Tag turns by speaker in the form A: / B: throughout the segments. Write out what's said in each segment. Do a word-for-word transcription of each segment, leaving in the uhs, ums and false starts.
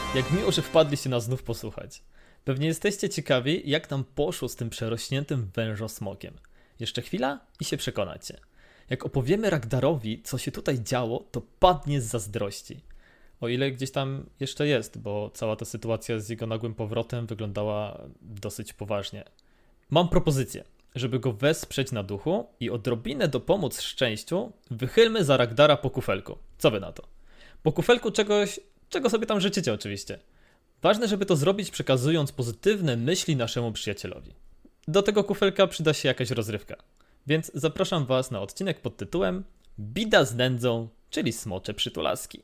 A: Jak miło, że wpadliście nas znów posłuchać. Pewnie jesteście ciekawi, jak nam poszło z tym przerośniętym wężosmokiem. Jeszcze chwila i się przekonacie. Jak opowiemy Ragdarowi, co się tutaj działo, to padnie z zazdrości. O ile gdzieś tam jeszcze jest, bo cała ta sytuacja z jego nagłym powrotem wyglądała dosyć poważnie. Mam propozycję, żeby go wesprzeć na duchu i odrobinę dopomóc szczęściu, wychylmy za Ragdara po kufelku. Co wy na to? Po kufelku czegoś, czego sobie tam życzycie oczywiście. Ważne, żeby to zrobić przekazując pozytywne myśli naszemu przyjacielowi. Do tego kufelka przyda się jakaś rozrywka. Więc zapraszam was na odcinek pod tytułem Bida z nędzą, czyli smocze przytulaski.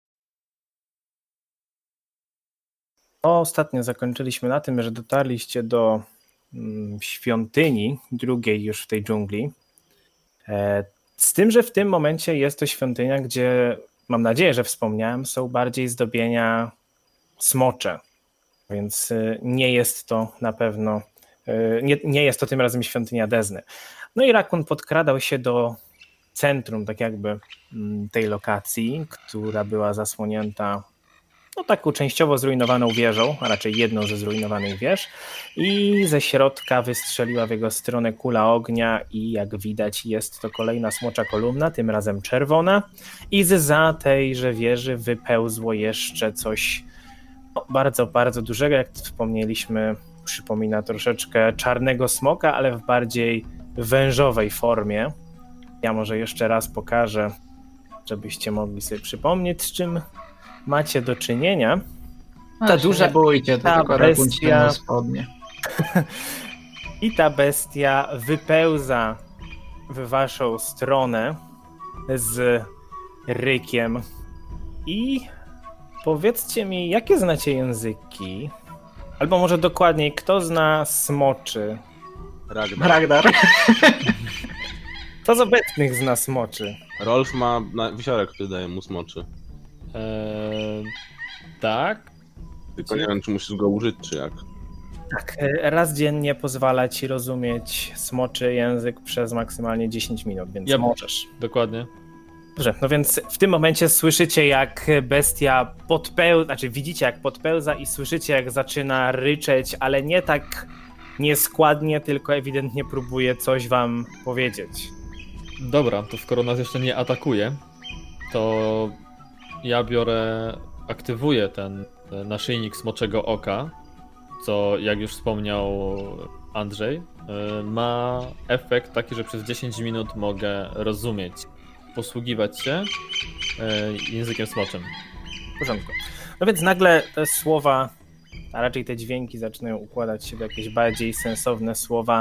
B: Ostatnio zakończyliśmy na tym, że dotarliście do mm, świątyni, drugiej już w tej dżungli. E, z tym, że w tym momencie jest to świątynia, gdzie, mam nadzieję, że wspomniałem, są bardziej zdobienia smocze. Więc y, nie jest to na pewno, y, nie, nie jest to tym razem świątynia Dezny. No i Rakun podkradał się do centrum, tak jakby mm, tej lokacji, która była zasłonięta no taką częściowo zrujnowaną wieżą, a raczej jedną ze zrujnowanych wież, i ze środka wystrzeliła w jego stronę kula ognia i jak widać jest to kolejna smocza kolumna, tym razem czerwona, i zza tejże wieży wypełzło jeszcze coś no, bardzo, bardzo dużego, jak wspomnieliśmy, przypomina troszeczkę czarnego smoka, ale w bardziej wężowej formie. Ja może jeszcze raz pokażę, żebyście mogli sobie przypomnieć, z czym macie do czynienia. Ta
C: Właśnie,
B: duża
C: nie bójcie, to
B: ta
C: tylko
B: bestia
C: spodnie.
B: i ta bestia wypełza w waszą stronę z rykiem. I powiedzcie mi, jakie znacie języki? Albo może dokładniej, kto zna smoczy?
D: Ragnar.
C: Ragnar.
B: Kto z obecnych zna smoczy?
D: Rolf ma na- wisiorek, który daje mu smoczy.
A: Eee, tak?
D: Tylko nie wiem, czy musisz go użyć, czy jak.
B: Tak, raz dziennie pozwala ci rozumieć smoczy język przez maksymalnie dziesięć minut, więc
A: Ja-
B: możesz.
A: Dokładnie.
B: Dobrze, no więc w tym momencie słyszycie, jak bestia podpełza, znaczy widzicie, jak podpełza i słyszycie, jak zaczyna ryczeć, ale nie tak nieskładnie, tylko ewidentnie próbuje coś wam powiedzieć.
A: Dobra, to skoro nas jeszcze nie atakuje, to ja biorę, aktywuję ten naszyjnik smoczego oka, co jak już wspomniał Andrzej, ma efekt taki, że przez dziesięć minut mogę rozumieć, posługiwać się językiem smoczym.
B: W porządku. No więc nagle te słowa, a raczej te dźwięki zaczynają układać się w jakieś bardziej sensowne słowa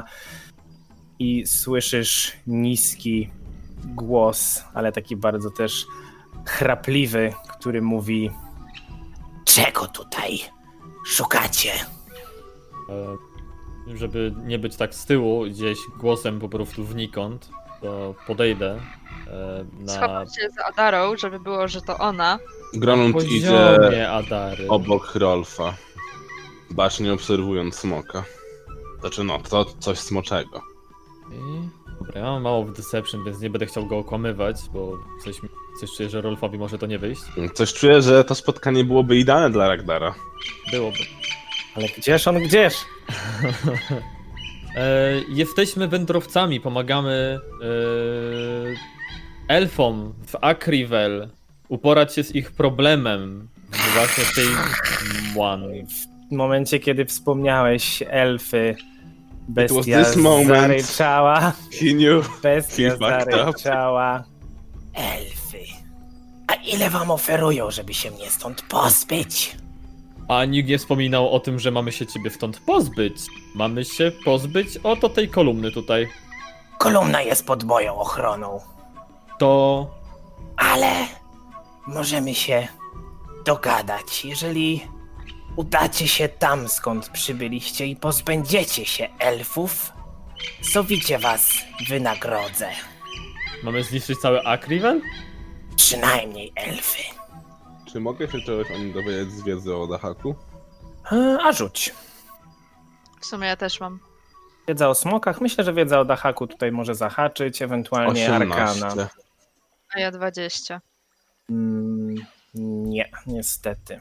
B: i słyszysz niski głos, ale taki bardzo też chrapliwy, który mówi: czego tutaj szukacie?
A: E, żeby nie być tak z tyłu, gdzieś głosem po prostu wnikąd, to podejdę e, na
E: Schowam się za Adarą, żeby było, że to ona.
D: Gronund idzie
A: poziomie Adary.
D: obok Rolfa, bacznie obserwując smoka. Znaczy no, to coś smoczego.
A: I... Dobra, ja mam mało w Deception, więc nie będę chciał go okłamywać, bo coś, mi- coś czuję, że Rolfowi może to nie wyjść.
D: Coś czuję, że to spotkanie byłoby idealne dla Ragdara.
A: Byłoby.
B: Ale gdzież on, gdzież?
A: E, jesteśmy wędrowcami, pomagamy e, elfom w Akrivel uporać się z ich problemem właśnie w tej Mwan.
B: W momencie, kiedy wspomniałeś elfy,
D: was
B: bestia
D: this moment.
B: zaryczała.
D: He knew.
B: Bestia
D: He fucked up.
B: zaryczała. Elfy. A ile wam oferują, żeby się mnie stąd pozbyć?
A: A nikt nie wspominał o tym, że mamy się ciebie stąd pozbyć. Mamy się pozbyć oto tej kolumny tutaj.
B: Kolumna jest pod moją ochroną.
A: To
B: Ale możemy się dogadać, jeżeli udacie się tam, skąd przybyliście i pozbędziecie się elfów, sowicie was wynagrodzę.
A: mamy zniszczyć cały Akrivel?
B: Przynajmniej elfy.
D: Czy mogę się czegoś o nim dowiedzieć z wiedzy o Dahaku?
B: E, A rzuć.
E: W sumie ja też mam.
B: Wiedza o smokach. Myślę, że wiedza o Dahaku tutaj może zahaczyć, ewentualnie
D: osiemnaście.
B: Arkana.
E: A ja dwadzieścia.
B: Mm, nie, niestety.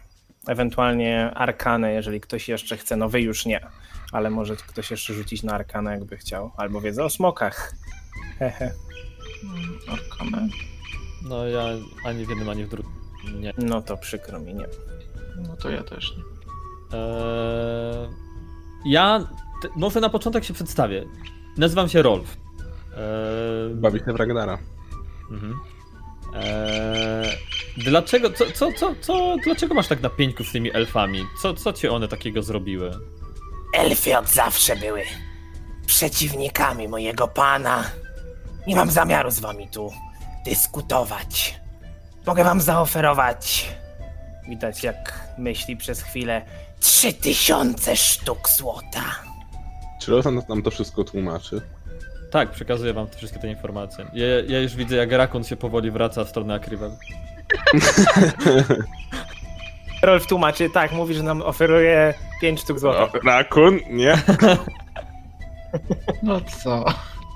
B: Ewentualnie arkanę, jeżeli ktoś jeszcze chce. No wy już nie, ale może ktoś jeszcze rzucić na arkanę, jakby chciał. Albo wiedzę o smokach. Hehe.
C: Hmm, Arkanę.
A: No ja ani w jednym, ani w drugim nie.
B: No to przykro mi, nie.
C: No to ja też nie.
A: Eee, ja te, może na początek się przedstawię. Nazywam się Rolf. Eee,
D: Bawi się w Ragdara.
A: mhm. eee, dlaczego, co, co, co, co, dlaczego masz tak na pieńku z tymi elfami? Co, co ci one takiego zrobiły?
F: Elfy od zawsze były przeciwnikami mojego pana. Nie mam zamiaru z wami tu dyskutować. Mogę wam zaoferować,
B: Widać jak myśli przez chwilę.
F: trzy tysiące sztuk złota.
D: Czy Rolf nam, nam to wszystko tłumaczy?
A: Tak, przekazuję wam te wszystkie te informacje. Ja, ja już widzę, jak Rakun się powoli wraca w stronę Akriwel.
B: Rolf tłumaczy, tak, mówi, że nam oferuje pięć sztuk złota.
D: O, Rakun? Nie?
C: No co?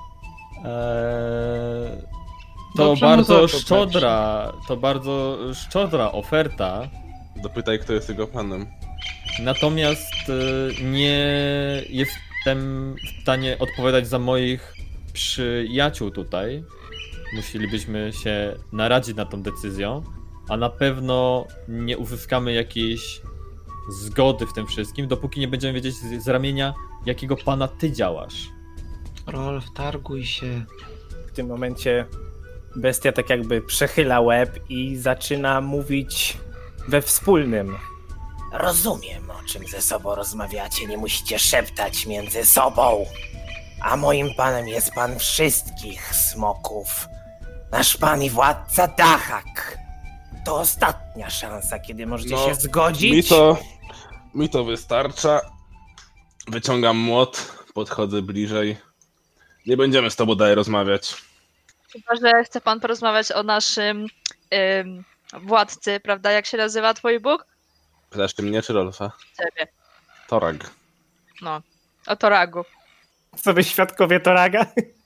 A: Eee, to
C: Dobrze mu
A: bardzo
C: za to
A: szczodra, to bardzo szczodra oferta.
D: Dopytaj, kto jest jego panem.
A: Natomiast y, nie jestem w stanie odpowiadać za moich przyjaciół tutaj. Musielibyśmy się naradzić nad tą decyzją, a na pewno nie uzyskamy jakiejś zgody w tym wszystkim, dopóki nie będziemy wiedzieć z, z ramienia, jakiego pana ty działasz.
C: Rolf, targuj się.
B: W tym momencie bestia tak jakby przechyla łeb i zaczyna mówić we wspólnym.
F: Rozumiem, o czym ze sobą rozmawiacie. Nie musicie szeptać między sobą. A moim panem jest pan wszystkich smoków. Nasz pan i władca Dahak. To ostatnia szansa, kiedy możecie
D: No,
F: się zgodzić.
D: Mi to, mi to wystarcza. Wyciągam młot, podchodzę bliżej. Nie będziemy z tobą dalej rozmawiać.
E: Chyba, że chce pan porozmawiać o naszym ym, władcy, prawda? Jak się nazywa twój Bóg?
D: Pytasz ty mnie czy Rolfa?
E: Ciebie.
D: Torag.
E: No, o Toragu.
B: Co wy świadkowie Toraga?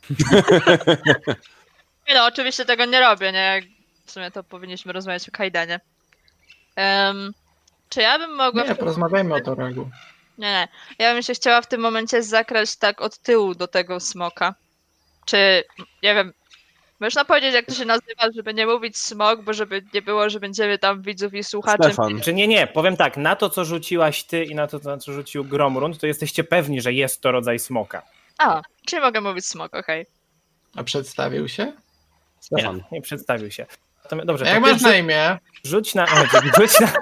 E: Nie no, oczywiście tego nie robię, nie? W sumie to powinniśmy rozmawiać o Kaidenie. Um, czy ja bym mogła...
C: Nie,
E: w tym
C: porozmawiajmy o Toragu.
E: Nie, nie. Ja bym się chciała w tym momencie zakraść tak od tyłu do tego smoka. Czy, nie wiem, można powiedzieć, jak to się nazywa, żeby nie mówić smok, bo żeby nie było, że będziemy tam widzów i słuchaczy.
D: Stefan.
B: Czy nie, nie, powiem tak, na to co rzuciłaś ty i na to na co rzucił Gromrund, to jesteście pewni, że jest to rodzaj smoka.
E: A, czyli mogę mówić smok, okej.
C: A przedstawił się?
D: Stefan.
B: Nie, nie przedstawił się. Natomiast- Dobrze,
C: A jak
B: to ty
C: masz na
B: rzu-
C: imię?
B: rzuć na... o, Rzuć na...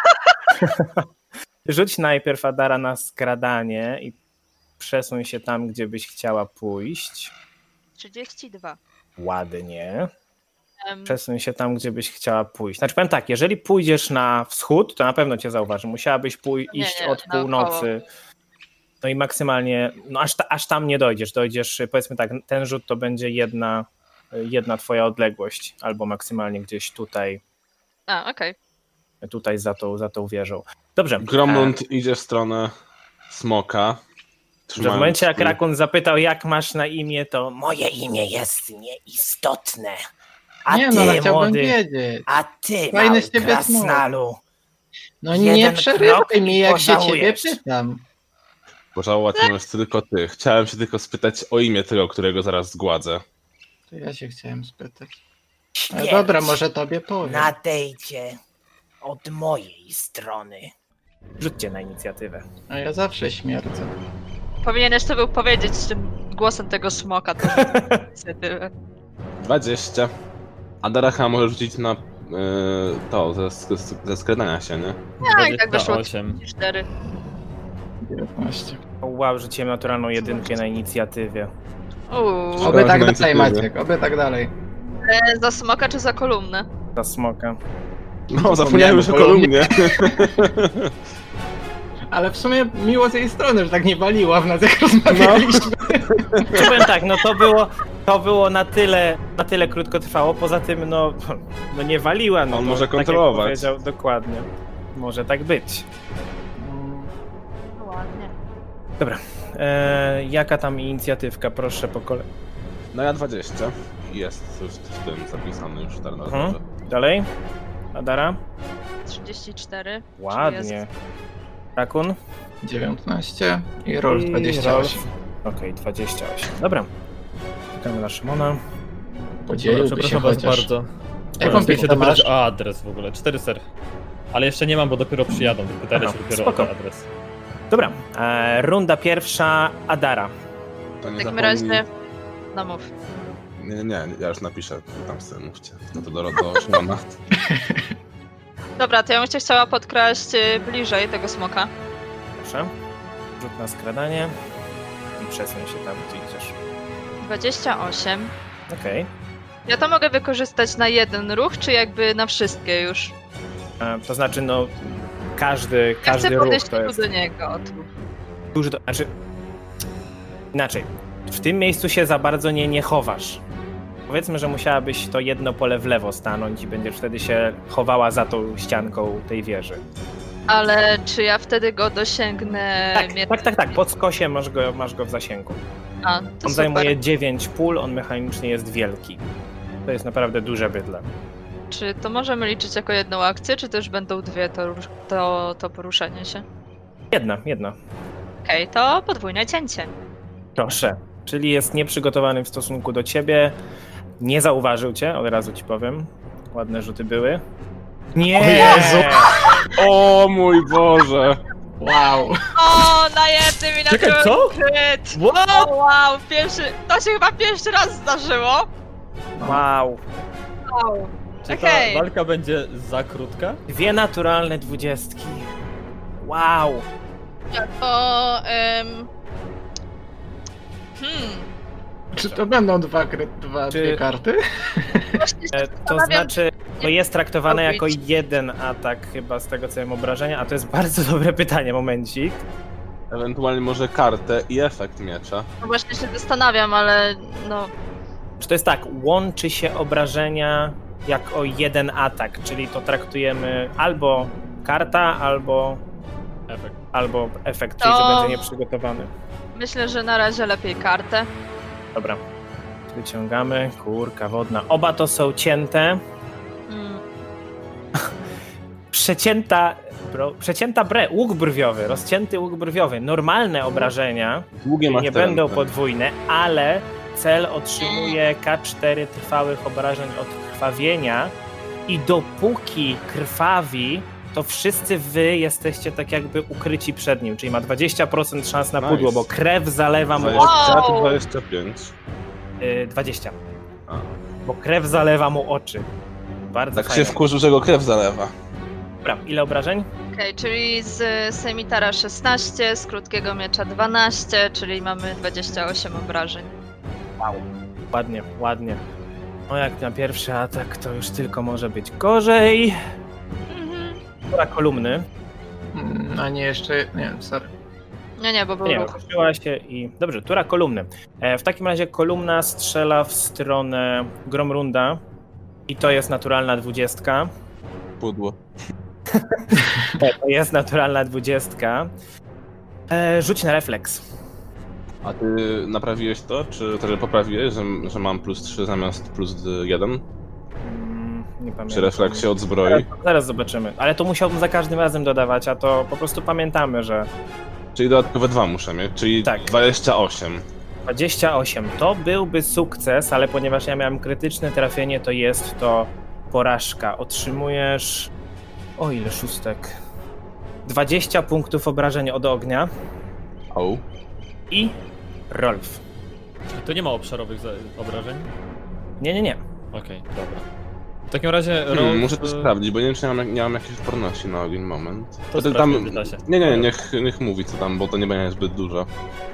B: Rzuć najpierw Adara na skradanie i przesuń się tam, gdzie byś chciała pójść.
E: trzydzieści dwa.
B: Ładnie.
E: Em,
B: Przesuń się tam, gdzie byś chciała pójść. Znaczy powiem tak, jeżeli pójdziesz na wschód, to na pewno cię zauważy. Musiałabyś pój-
E: Nie,
B: iść
E: nie,
B: od
E: naokoło.
B: północy. No i maksymalnie, no aż, ta, aż tam nie dojdziesz. Dojdziesz, powiedzmy tak, ten rzut to będzie jedna, jedna twoja odległość, albo maksymalnie gdzieś tutaj,
E: A, okej.
B: tutaj za tą, za tą wieżą. Dobrze.
D: Gromlund idzie w stronę smoka.
B: Że w momencie jak
D: swój-
B: Rakun zapytał, jak masz na imię, to
F: Moje imię jest nieistotne. A
C: Nie
F: ty,
C: no, ale chciałbym
F: młody,
C: wiedzieć.
F: a ty,
C: Fajny
F: mały
C: z ciebie
F: krasnalu.
C: No
F: jeden
C: nie
F: krok
C: przerywaj mi,
F: i
C: jak się ciebie
F: pożałujesz.
C: pytam.
D: Pożałować możesz tylko ty. Chciałem się tylko spytać o imię tego, którego zaraz zgładzę.
C: To ja się chciałem spytać. Ale
F: Śmierć
C: dobra, może tobie powiem.
F: nadejdzie od mojej strony.
B: rzućcie na inicjatywę.
C: A ja zawsze śmierdzę.
E: Powinieneś to był powiedzieć z tym głosem tego smoka. To inicjatywę.
D: dwadzieścia. Adaracha może rzucić na yy, to, ze, ze, ze skradania się, nie?
E: Ja i tak wyszło
A: dwadzieścia osiem.
E: cztery.
C: dziewiętnaście.
B: Wow, rzuciłem naturalną jedynkę na inicjatywie.
E: Uuu.
D: Oby-
C: Oby tak
D: na
C: dalej,
D: inicjatywę.
C: Maciek, oby tak dalej.
E: E, Za smoka czy za kolumnę?
B: Za smoka.
D: No, zapomniałem już o kolumnie.
C: Ale w sumie miło z jej strony, że tak nie waliła w nas, jak rozmawialiśmy.
B: Czy powiem tak, no to było, to było na tyle, na tyle krótko trwało, poza tym no, no nie waliła. No
D: On
B: to,
D: może
B: tak jak
D: kontrolować.
B: powiedział, dokładnie. Może tak być.
E: No ładnie.
B: Dobra, e, jaka tam inicjatywka, proszę po kolei.
D: No ja dwadzieścia. Jest już w tym zapisany już w
B: Mhm.
D: Tarnarze.
B: Dalej, Adara.
E: trzydzieści cztery.
B: Ładnie. Rakun?
C: dziewiętnaście i roll
B: I
C: dwadzieścia osiem.
B: Okej, dwadzieścia osiem. Dobra. Czekamy na Szymona.
C: Podzieliłby się
A: Przepraszam was
C: chociaż.
A: bardzo.
C: Jaką
A: Muszę
C: piechotę
A: dobrać
C: masz?
A: adres w ogóle, cztery sery. Ale jeszcze nie mam, bo dopiero przyjadą. Pytali
B: Aha,
A: się dopiero
B: spoko.
A: o ten adres.
B: Dobra, e, runda pierwsza, Adara.
D: To nie
E: W takim
D: zapomnij-
E: razie... No mów.
D: Nie, nie, nie, ja już napiszę, tam sobie mówcie. No to do, do Szymona.
E: Dobra, to ja bym cię chciała podkraść y, bliżej tego smoka.
B: Proszę. Rzut na skradanie. I przesuń się tam, gdzie idziesz.
E: dwadzieścia osiem.
B: Okej.
E: Ja to mogę wykorzystać na jeden ruch, czy jakby na wszystkie już?
B: E, To znaczy, no, każdy,
E: Ja chcę
B: każdy ruch
E: podejść
B: to
E: tu
B: jest
E: do niego. Tu.
B: duży... Do... Znaczy, inaczej. W tym miejscu się za bardzo nie, nie chowasz. Powiedzmy, że musiałabyś to jedno pole w lewo stanąć i będziesz wtedy się chowała za tą ścianką tej wieży.
E: Ale czy ja wtedy go dosięgnę?
B: Tak,
E: mnie-
B: tak, tak, tak. Pod skosiem masz go, masz go w zasięgu.
E: A, to
B: On
E: super.
B: zajmuje dziewięć pól, on mechanicznie jest wielki. To jest naprawdę duże bydle.
E: Czy to możemy liczyć jako jedną akcję, czy też będą dwie to, rusz- to, to poruszanie się?
B: Jedna, jedna.
E: Okej, to podwójne cięcie.
B: Proszę. Czyli jest nieprzygotowany w stosunku do ciebie. Nie zauważył cię, od razu ci powiem. Ładne rzuty były. Nie!
D: O Jezu! O mój Boże!
C: Wow.
E: O, na jednym i na
A: Czekaj,
E: drugim
A: co?
E: kryt!
A: What?
E: O, wow, pierwszy, to się chyba pierwszy raz zdarzyło.
B: Wow.
E: Wow.
A: Czy
E: Okej.
A: ta walka będzie za krótka?
B: Dwie naturalne dwudziestki. Wow.
E: To, um... Hmm,
C: Czy to będą dwa, kry- dwa
B: Czy-
C: dwie karty?
E: właśnie się
B: E, To
E: zastanawiam,
B: znaczy, to jest traktowane
E: robić.
B: jako jeden atak chyba z tego co wiem obrażenia, a to jest bardzo dobre pytanie, momencik.
D: Ewentualnie może kartę i efekt miecza.
E: no właśnie się zastanawiam, ale no...
B: Czy to jest tak, łączy się obrażenia jak o jeden atak, czyli to traktujemy albo karta, albo,
A: Efekt.
B: albo efekt, czyli
E: To-
B: że będzie nieprzygotowany.
E: Myślę, że na razie lepiej kartę.
B: Dobra. Wyciągamy, kurka wodna. Oba to są cięte.
E: Mm.
B: Przecięta, bro, przecięta bre, łuk brwiowy, rozcięty łuk brwiowy. Normalne obrażenia
D: Długie masz
B: nie
D: ten,
B: będą
D: ten.
B: podwójne, ale cel otrzymuje K cztery trwałych obrażeń od krwawienia i dopóki krwawi, to wszyscy wy jesteście tak jakby ukryci przed nim, czyli ma dwadzieścia procent szans na
D: Nice.
B: pudło, bo krew zalewa mu
D: dwadzieścia czy
E: Wow.
D: dwadzieścia pięć?
B: y, dwadzieścia,
D: A.
B: bo krew zalewa mu oczy. Bardzo
D: Tak
B: fajne.
D: się wkurzył, że go krew zalewa.
B: Dobra, ile obrażeń?
E: Okej, czyli z Semitara szesnaście, z krótkiego miecza dwanaście, czyli mamy dwadzieścia osiem obrażeń.
B: Ładnie, ładnie. No jak na pierwszy atak, to już tylko może być gorzej.
E: Mhm.
B: Tura kolumny.
C: Mm, A nie jeszcze... Nie, sorry.
E: Nie, nie, bo był
B: Nie,
E: ruch.
B: ruszyła się i... Dobrze, tura kolumny. E, w takim razie kolumna strzela w stronę Gromrunda i to jest naturalna dwudziestka.
D: Pudło.
B: To jest naturalna dwudziestka. E, rzuć na refleks.
D: A ty naprawiłeś to, czy też poprawiłeś, że, że mam plus trzy zamiast plus jeden?
B: Mm, nie pamiętam.
D: Przy refleksie od zbroi?
B: Zaraz, zaraz zobaczymy. Ale to musiałbym za każdym razem dodawać, a to po prostu pamiętamy, że
D: Czyli dodatkowe dwa muszę mieć, czyli
B: Tak.
D: dwadzieścia osiem.
B: dwadzieścia osiem to byłby sukces, ale ponieważ ja miałem krytyczne trafienie, to jest to porażka. Otrzymujesz... O, ile szóstek? dwadzieścia punktów obrażeń od ognia
D: O.
B: i Rolf.
A: To nie ma obszarowych za- obrażeń?
B: Nie, nie, nie.
A: Okej, dobra. W takim razie
D: Hmm,
A: Rolf,
D: muszę to
A: y,
D: sprawdzić, bo nie wiem, czy nie mam, nie mam jakiejś odporności na ogień, moment.
A: To
D: Wtedy
A: sprawdźmy w międzyczasie.
D: Nie, nie, niech, niech mówi co tam, bo to nie będzie zbyt dużo.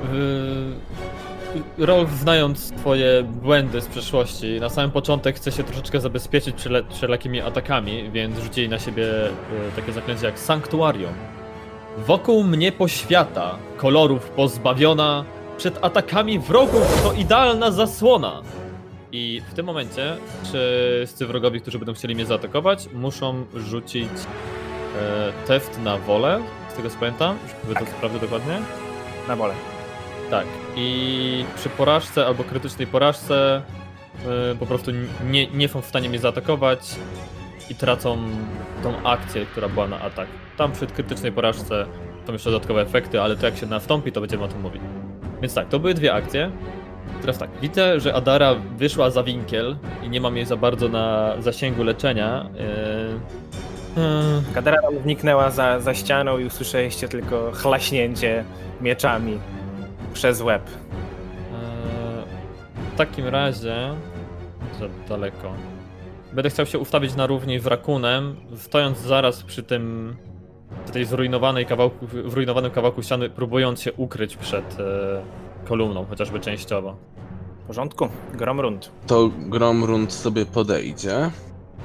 A: Yy, Rolf, znając twoje błędy z przeszłości, na samym początek chce się troszeczkę zabezpieczyć przele- wszelakimi atakami, więc rzucili na siebie yy, takie zaklęcie jak Sanktuarium. Wokół mnie poświata, kolorów pozbawiona, przed atakami wrogów to idealna zasłona. I w tym momencie wszyscy wrogowie, którzy będą chcieli mnie zaatakować, muszą rzucić e, test na wolę, z tego co pamiętam, żeby to sprawdzę dokładnie.
B: Na wolę.
A: Tak, i przy porażce albo krytycznej porażce y, po prostu nie, nie są w stanie mnie zaatakować i tracą tą akcję, która była na atak. Tam przy krytycznej porażce są jeszcze dodatkowe efekty, ale to jak się nastąpi, to będziemy o tym mówić. Więc tak, to były dwie akcje. Teraz tak, widzę, że Adara wyszła za winkiel i nie mam jej za bardzo na zasięgu leczenia. Yy... Yy...
B: Adara tam zniknęła za, za ścianą i usłyszeliście tylko chlaśnięcie mieczami przez łeb.
A: Yy... W takim razie... Za daleko. Będę chciał się ustawić na równi z Rakunem, stojąc zaraz przy tym... przy tej zrujnowanej kawałku, zrujnowanym kawałku ściany, próbując się ukryć przed yy, kolumną, chociażby częściowo.
B: W porządku, Gromrund.
D: To Gromrund sobie podejdzie e,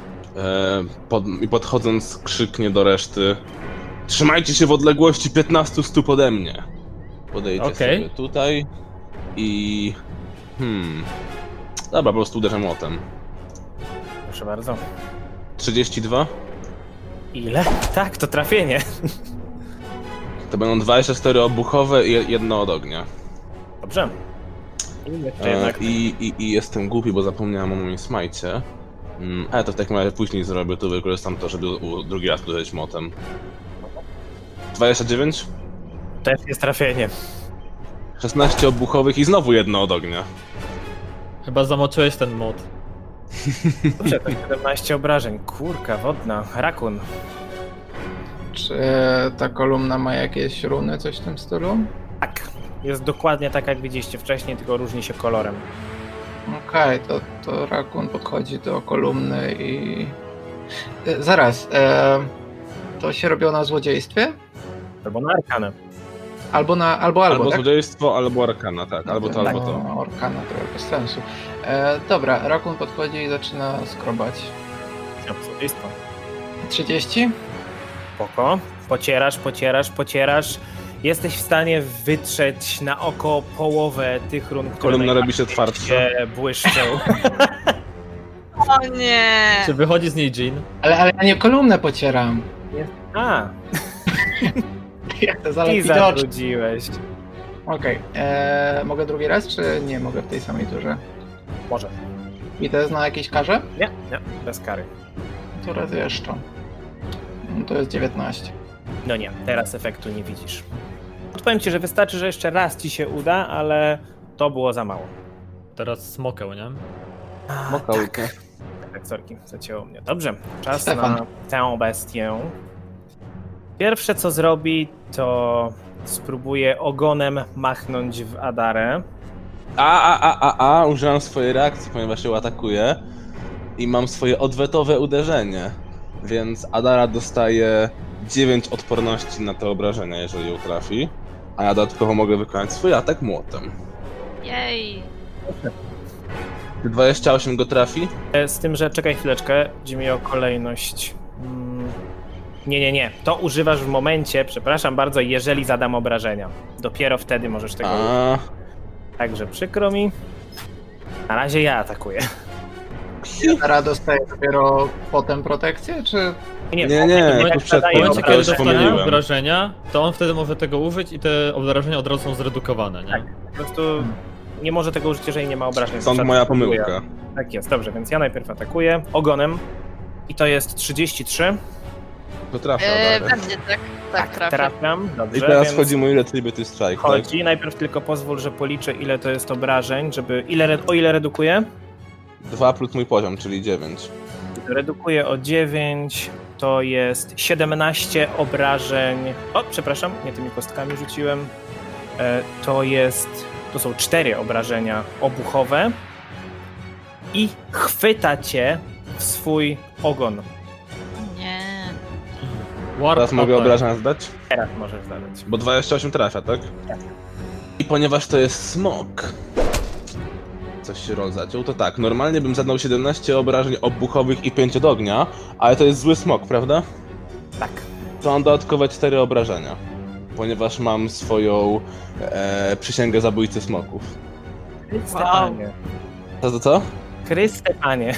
D: pod, i podchodząc krzyknie do reszty: trzymajcie się w odległości piętnastu stóp ode mnie. Podejdzie
A: Okej.
D: sobie tutaj i... Hmm... Dobra, po prostu uderzę młotem.
B: Proszę bardzo.
D: trzydzieści dwa?
B: Ile? Tak, to trafienie.
D: To będą dwadzieścia cztery obuchowe i jedno od ognia.
B: Dobrze. I jeszcze
D: E,
B: jednak.
D: i, i, I jestem głupi, bo zapomniałem o moim smajcie. Mm, ale to w takim razie później zrobię, to wykorzystam to, żeby u, drugi raz uderzyć młotem. dwadzieścia dziewięć?
B: Też jest trafienie.
D: szesnaście obuchowych i znowu jedno od ognia.
A: Chyba zamoczyłeś ten mod.
B: Dobrze, to siedemnaście obrażeń. Kurka wodna. Rakun.
C: Czy ta kolumna ma jakieś runy, coś w tym stylu?
B: Tak. Jest dokładnie tak, jak widzieliście wcześniej, tylko różni się kolorem.
C: Okej, to, to Rakun podchodzi do kolumny i... E, zaraz, e, to się robiło na złodziejstwie?
B: Albo na arkanę.
C: Albo na... albo, albo,
D: Albo
C: tak?
D: złodziejstwo, albo arkana, tak. Albo to,
C: tak,
D: albo to.
C: no, Orkana trochę bez sensu. E, dobra, Rakun podchodzi i zaczyna skrobać.
B: Złodziejstwo.
C: trzydzieści?
B: Spoko. Pocierasz, pocierasz, pocierasz. Jesteś w stanie wytrzeć na oko połowę tych run, które
D: Kolumna robi
B: najbardziej
D: się twardsza.
B: się błyszczą.
E: O nie!
A: Czy wychodzi z niej Jean?
C: Ale, ale ja nie kolumnę pocieram.
B: A,
C: Jak to
B: i
C: zalepić oczy.
B: zabrudziłeś.
C: Okej, e, mogę drugi raz, czy nie mogę w tej samej turze?
B: Może.
C: I to jest na jakiejś karze?
B: Nie, nie, bez kary.
C: To raz jeszcze. No to jest dziewiętnaście.
B: No nie, teraz efektu nie widzisz. Powiem ci, że wystarczy, że jeszcze raz ci się uda, ale to było za mało.
A: Teraz smokeł, nie?
D: Mokałkę.
B: Tak, tak, sorki, zacięło mnie. Dobrze, czas
C: Stefan.
B: na tę bestię. Pierwsze co zrobi, to spróbuje ogonem machnąć w Adarę.
D: A, a, a, a, a, użyłam swojej reakcji, ponieważ ją atakuję. I mam swoje odwetowe uderzenie. Więc Adara dostaje dziewięć odporności na te obrażenia, jeżeli ją trafi. A ja dodatkowo mogę wykonać swój atak młotem.
E: Jej!
D: Czy dwadzieścia osiem go trafi?
B: E, Z tym, że czekaj chwileczkę, chodzi mi o kolejność. Mm, Nie, nie, nie. To używasz w momencie, przepraszam bardzo, jeżeli zadam obrażenia. Dopiero wtedy możesz tego użyć.
D: A,
B: Także przykro mi. Na razie ja atakuję.
C: Adara dostaje dopiero potem protekcję, czy...
D: nie, nie,
B: jak
D: tu przed
B: zadaję
A: W momencie,
B: Dobra,
A: kiedy
D: już
A: dostanie
D: pomyliłem.
A: obrażenia, to on wtedy może tego użyć i te obrażenia od razu są zredukowane, nie?
B: Tak. Po prostu nie może tego użyć, jeżeli nie ma obrażeń.
D: Stąd moja pomyłka.
B: Tak jest, dobrze, więc ja najpierw atakuję ogonem. I to jest trzydzieści trzy.
D: To trafia
E: E,
D: Adarę.
E: pewnie tak, tak trafię.
B: Trafiam, dobrze.
D: I teraz
B: więc
D: wchodzi mój Retributive Strike, tak?
B: Chodzi. Najpierw tylko pozwól, że policzę, ile to jest obrażeń, żeby... Ile, re- o ile redukuję?
D: dwa plus mój poziom, czyli dziewięć.
B: Redukuję o dziewięć, to jest siedemnaście obrażeń. O, przepraszam, nie tymi kostkami rzuciłem. E, to jest, to są cztery obrażenia obuchowe i chwyta cię w swój ogon.
E: Nie.
A: Warp
D: Teraz mogę
A: attack.
D: obrażenia zdać?
B: Teraz możesz zadać.
D: Bo dwadzieścia osiem trafia, tak? I ponieważ to jest smok, coś się rozzaciął, to tak, normalnie bym zadał siedemnaście obrażeń obuchowych i pięć od ognia, ale to jest zły smok, prawda?
B: Tak.
D: To mam dodatkowe cztery obrażenia, ponieważ mam swoją e, przysięgę zabójcy smoków.
B: Krystefanie.
D: To to co?
B: Krystefanie.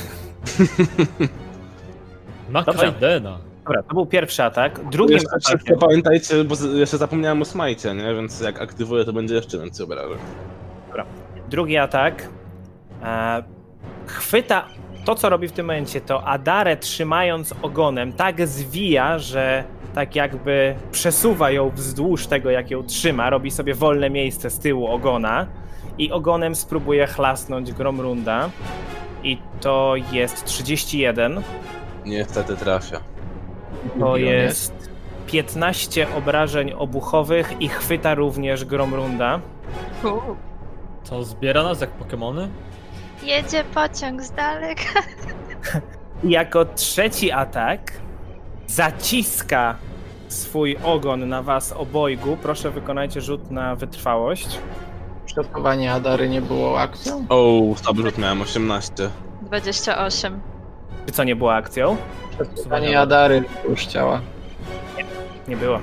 A: Na
B: Dobrze.
A: Kaidena.
B: Dobra, to był pierwszy atak. Drugim
D: Jeszcze
B: atakiem...
D: szybko pamiętajcie, bo z- jeszcze zapomniałem o smajcie, nie? Więc jak aktywuję, to będzie jeszcze więcej obrażeń.
B: Drugi atak. E, chwyta to, co robi w tym momencie, to Adarę trzymając ogonem tak zwija, że tak jakby przesuwa ją wzdłuż tego, jak ją trzyma, robi sobie wolne miejsce z tyłu ogona i ogonem spróbuje chlasnąć Gromrunda. I to jest trzydzieści jeden.
D: Niestety trafia.
B: To jest piętnaście obrażeń obuchowych i chwyta również Gromrunda.
E: Uuu.
A: To zbiera nas jak Pokemony?
E: Jedzie pociąg z daleka.
B: I jako trzeci atak zaciska swój ogon na was obojgu. Proszę, wykonajcie rzut na wytrwałość.
C: Przesuwanie Adary nie było akcją?
D: O, słaby rzut miałem, osiemnaście.
E: dwadzieścia osiem.
B: Czy co nie było akcją?
C: Przesuwanie Adary już ciała.
B: Nie było.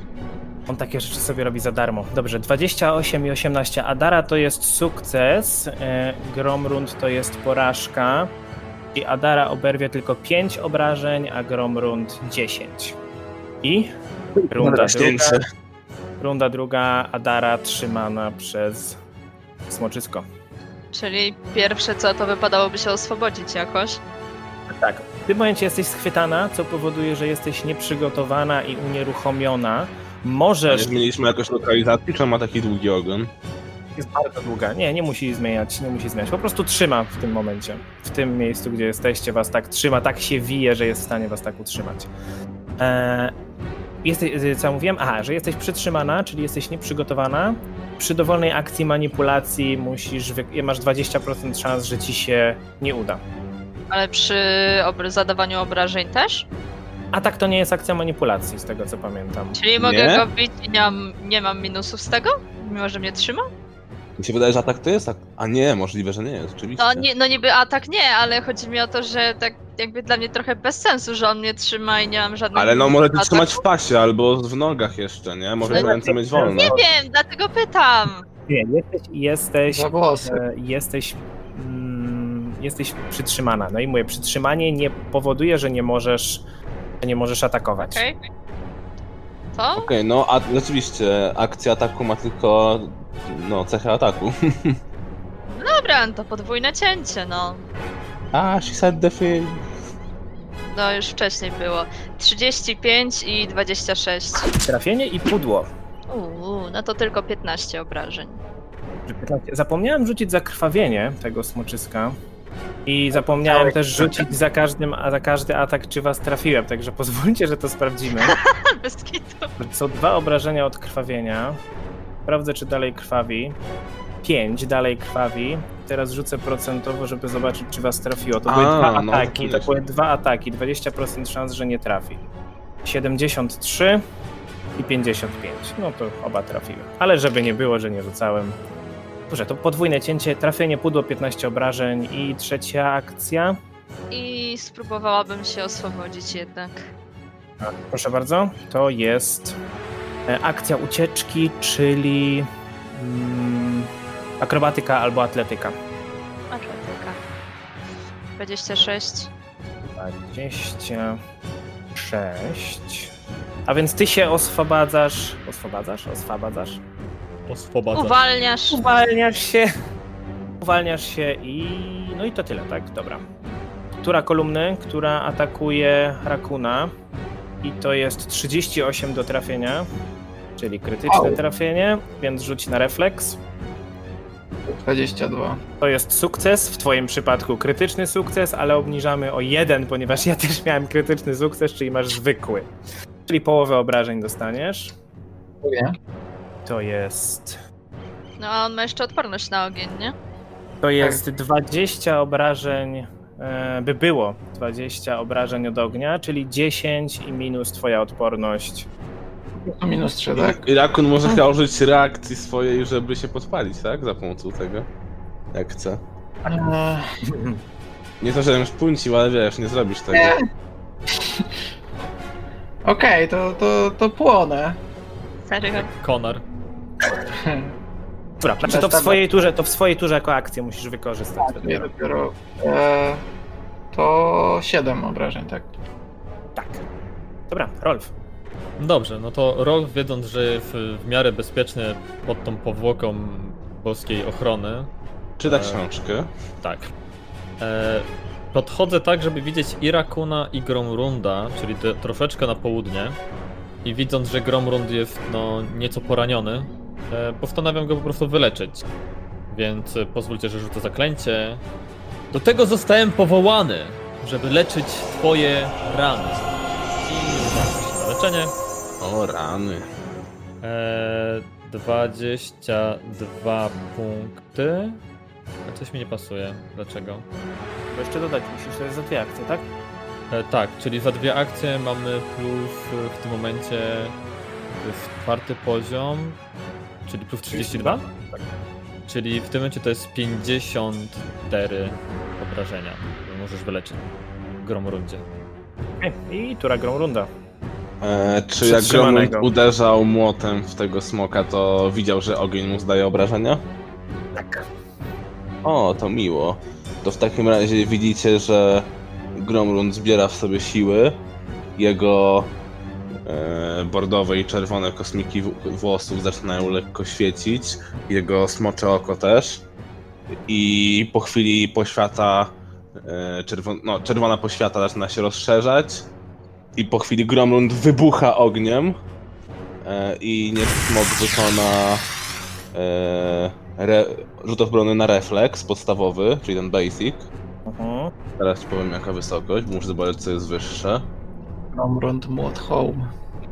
B: On takie rzeczy sobie robi za darmo. Dobrze, dwadzieścia osiem i osiemnaście. Adara to jest sukces, e, Gromrund to jest porażka i Adara oberwie tylko pięć obrażeń, a Gromrund dziesięć. I runda druga, runda druga, Adara trzymana przez smoczysko.
E: Czyli pierwsze co, to wypadałoby się oswobodzić jakoś.
B: Tak, w tym momencie jesteś schwytana, co powoduje, że jesteś nieprzygotowana i unieruchomiona. Możesz...
D: Nie zmieniliśmy jakoś lokalizacji, czy on ma taki długi ogon?
B: Jest bardzo długa. Nie, nie musi zmieniać, nie musi zmieniać. Po prostu trzyma w tym momencie. W tym miejscu, gdzie jesteście, was tak trzyma, tak się wije, że jest w stanie was tak utrzymać. Eee, jesteś, co mówiłem? Aha, że jesteś przytrzymana, czyli jesteś nieprzygotowana. Przy dowolnej akcji manipulacji musisz, wy... masz dwadzieścia procent szans, że ci się nie uda.
E: Ale przy obr- zadawaniu obrażeń też?
B: Atak to nie jest akcja manipulacji, z tego co pamiętam.
E: Czyli mogę
D: Nie?
E: go bić i nie mam, nie mam minusów z tego? Mimo, że mnie trzyma?
D: Mi się wydaje, że atak to jest tak. A nie, możliwe, że nie jest, oczywiście.
E: No, nie, no niby atak nie, ale chodzi mi o to, że tak jakby dla mnie trochę bez sensu, że on mnie trzyma i nie mam żadnych
D: Ale no może ty
E: ataków.
D: trzymać w pasie albo w nogach jeszcze, nie? Może
E: No,
D: ręce mieć wolne.
E: Nie wiem, dlatego pytam.
B: Nie, jesteś, jesteś,
C: Za włosy.
B: e, jesteś, mm, jesteś przytrzymana. No i mówię, przytrzymanie nie powoduje, że nie możesz, że nie możesz atakować.
E: Okej. To?
D: Okej, no a rzeczywiście akcja ataku ma tylko no cechę ataku.
E: Dobra, no to podwójne cięcie, no.
D: A, she said the thing.
E: No już wcześniej było. trzydzieści pięć i dwadzieścia sześć.
B: Trafienie i pudło.
E: Uuu, no to tylko piętnaście obrażeń.
B: Zapomniałem rzucić zakrwawienie tego smoczyska. I zapomniałem też rzucić za każdym, a za każdy atak, czy was trafiłem, także pozwólcie, że to sprawdzimy.
E: Bez kitu.
B: Są dwa obrażenia od krwawienia. Sprawdzę, czy dalej krwawi. Pięć dalej krwawi. Teraz rzucę procentowo, żeby zobaczyć, czy was trafiło. To były
D: A,
B: dwa
D: no,
B: ataki.
D: to
B: To były dwa ataki. dwadzieścia procent szans, że nie trafi. siedemdziesiąt trzy i pięćdziesiąt pięć. No to oba trafiły. Ale żeby nie było, że nie rzucałem. Dobrze, to podwójne cięcie, trafienie, pudło, piętnaście obrażeń i trzecia akcja.
E: I spróbowałabym się oswobodzić jednak.
B: A, proszę bardzo, to jest e, akcja ucieczki, czyli mm, akrobatyka albo atletyka.
E: Atletyka. dwadzieścia sześć.
B: dwadzieścia sześć. A więc ty się oswobadzasz. Oswobadzasz? Oswobadzasz?
A: Oswobadza.
E: Uwalniasz.
B: Uwalniasz się. Uwalniasz się i. No i to tyle, tak? Dobra. Która kolumny, która atakuje Rakuna. I to jest trzydzieści osiem do trafienia. Czyli krytyczne
C: Au.
B: trafienie, więc rzuć na refleks.
C: dwadzieścia dwa.
B: To jest sukces, w twoim przypadku krytyczny sukces, ale obniżamy o jeden, ponieważ ja też miałem krytyczny sukces, czyli masz zwykły. Czyli połowę obrażeń dostaniesz.
C: Mówię.
B: To jest...
E: No a on ma jeszcze odporność na ogień, nie?
B: To jest dwadzieścia obrażeń, e, by było dwadzieścia obrażeń od ognia, czyli dziesięć i minus twoja odporność.
C: To minus trzy, tak?
D: I Rakun może chyba użyć reakcji swojej, żeby się podpalić, tak? Za pomocą tego. Jak chce.
C: Eee,
D: Nie to, że już puncił, ale wiesz, nie zrobisz tego.
C: Nie. Okej, to, to, to płonę.
E: Serio?
A: Konar.
B: Dobra, znaczy to w swojej turze, to w swojej turze jako akcję musisz wykorzystać.
C: Tak, nie dopiero. Eee, to siedem obrażeń, tak.
B: Tak. Dobra, Rolf.
A: Dobrze, no to Rolf, wiedząc, że jest w miarę bezpieczny pod tą powłoką boskiej ochrony,
D: Czytać
A: Eee.
D: książkę.
A: tak, e, podchodzę tak, żeby widzieć i Rakuna, i Gromrunda, czyli te, troszeczkę na południe. I widząc, że Gromrund jest no nieco poraniony, e, postanawiam go po prostu wyleczyć. Więc e, pozwólcie, że rzucę zaklęcie. Do tego zostałem powołany, żeby leczyć twoje rany. I rzucam na leczenie.
D: O rany.
A: E, dwadzieścia dwa punkty. A coś mi nie pasuje. Dlaczego?
B: Bo jeszcze dodać musisz, to jest za dwie akcje, tak?
A: E, tak, czyli za dwie akcje mamy plus w tym momencie to jest czwarty poziom, czyli plus trzydzieści dwa?
B: Tak.
A: Czyli w tym momencie to jest pięćdziesiąt cztery obrażenia. Możesz wyleczyć w Gromrundzie.
B: Okay. I tura Gromrunda.
D: E, czy jak Gromrund uderzał młotem w tego smoka, to widział, że ogień mu zdaje obrażenia?
B: Tak.
D: O, to miło. To w takim razie widzicie, że Gromrund zbiera w sobie siły. Jego e, bordowe i czerwone kosmiki włosów zaczynają lekko świecić. Jego smocze oko też. I po chwili poświata, e, czerwon no, czerwona poświata zaczyna się rozszerzać. I po chwili Gromrund wybucha ogniem. E, I niech smok wykona e, re, rzut obrony na refleks podstawowy, czyli ten basic.
B: Uh-huh.
D: Teraz ci powiem jaka wysokość, bo muszę zobaczyć co jest wyższe.
C: Gromrund Młot Home.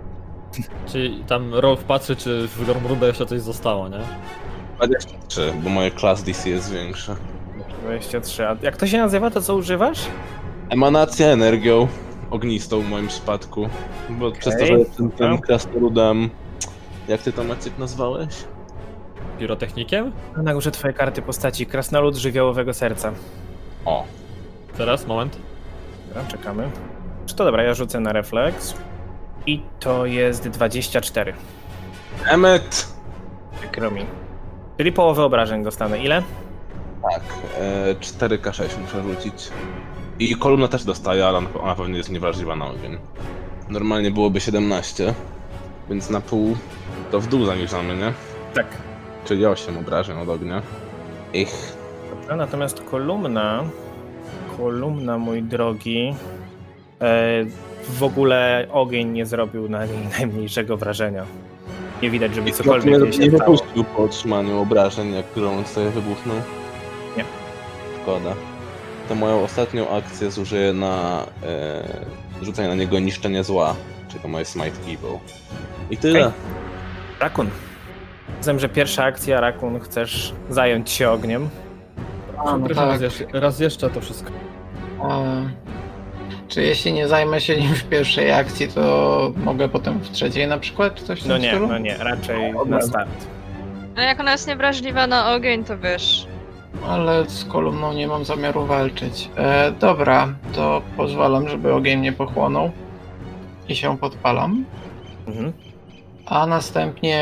A: Czyli tam Rolf patrzy, czy w Gromrunda jeszcze coś zostało, nie?
D: dwadzieścia trzy, bo moje class D C jest większe.
B: dwadzieścia trzy. A jak to się nazywa, to co używasz?
D: Emanacja energią ognistą w moim przypadku. Bo okay. Przez to, że jestem tym krasnoludem... Jak ty to, Maciek, nazwałeś?
A: Pirotechnikiem?
B: Na górze twojej karty postaci krasnolud żywiołowego serca.
D: O.
A: Teraz, moment.
B: Dobra, czekamy. Czy to dobra, ja rzucę na refleks. I to jest dwadzieścia cztery.
D: Emmet!
B: Przykro mi. Czyli połowę obrażeń dostanę. Ile?
D: Tak, e, cztery K sześć muszę rzucić. I kolumna też dostaje, ale ona pewnie jest niewrażliwa na ogień. Normalnie byłoby siedemnaście, więc na pół to w dół zaniżamy, nie?
B: Tak.
D: Czyli osiem obrażeń od ognia. Ich.
B: Dobra, natomiast kolumna... Kolumna, mój drogi... E, w ogóle ogień nie zrobił na niej najmniejszego wrażenia. Nie widać, żeby cokolwiek
D: nie,
B: jej się
D: nie
B: stało.
D: wypuścił po otrzymaniu obrażeń, jak Gromrund sobie wybuchnął?
B: Nie.
D: Szkoda. To moją ostatnią akcję zużyję na e, rzucenie na niego niszczenie zła, czyli to moje Smite Evil. I tyle.
B: Okay. Rakun. Wiem, że pierwsza akcja, Rakun, chcesz zająć się ogniem.
C: A, no
A: Proszę,
C: tak.
A: raz, jeszcze, raz jeszcze to wszystko.
C: E, czy jeśli nie zajmę się nim w pierwszej akcji, to mogę potem w trzeciej na przykład? Czy coś w
B: No
C: tym
B: nie,
C: stylu?
B: no nie, raczej na start.
E: No jak ona jest niewrażliwa na ogień, to wiesz.
C: Ale z kolumną nie mam zamiaru walczyć. E, dobra, to pozwalam, żeby ogień mnie pochłonął. I się podpalam.
B: Mhm.
C: A następnie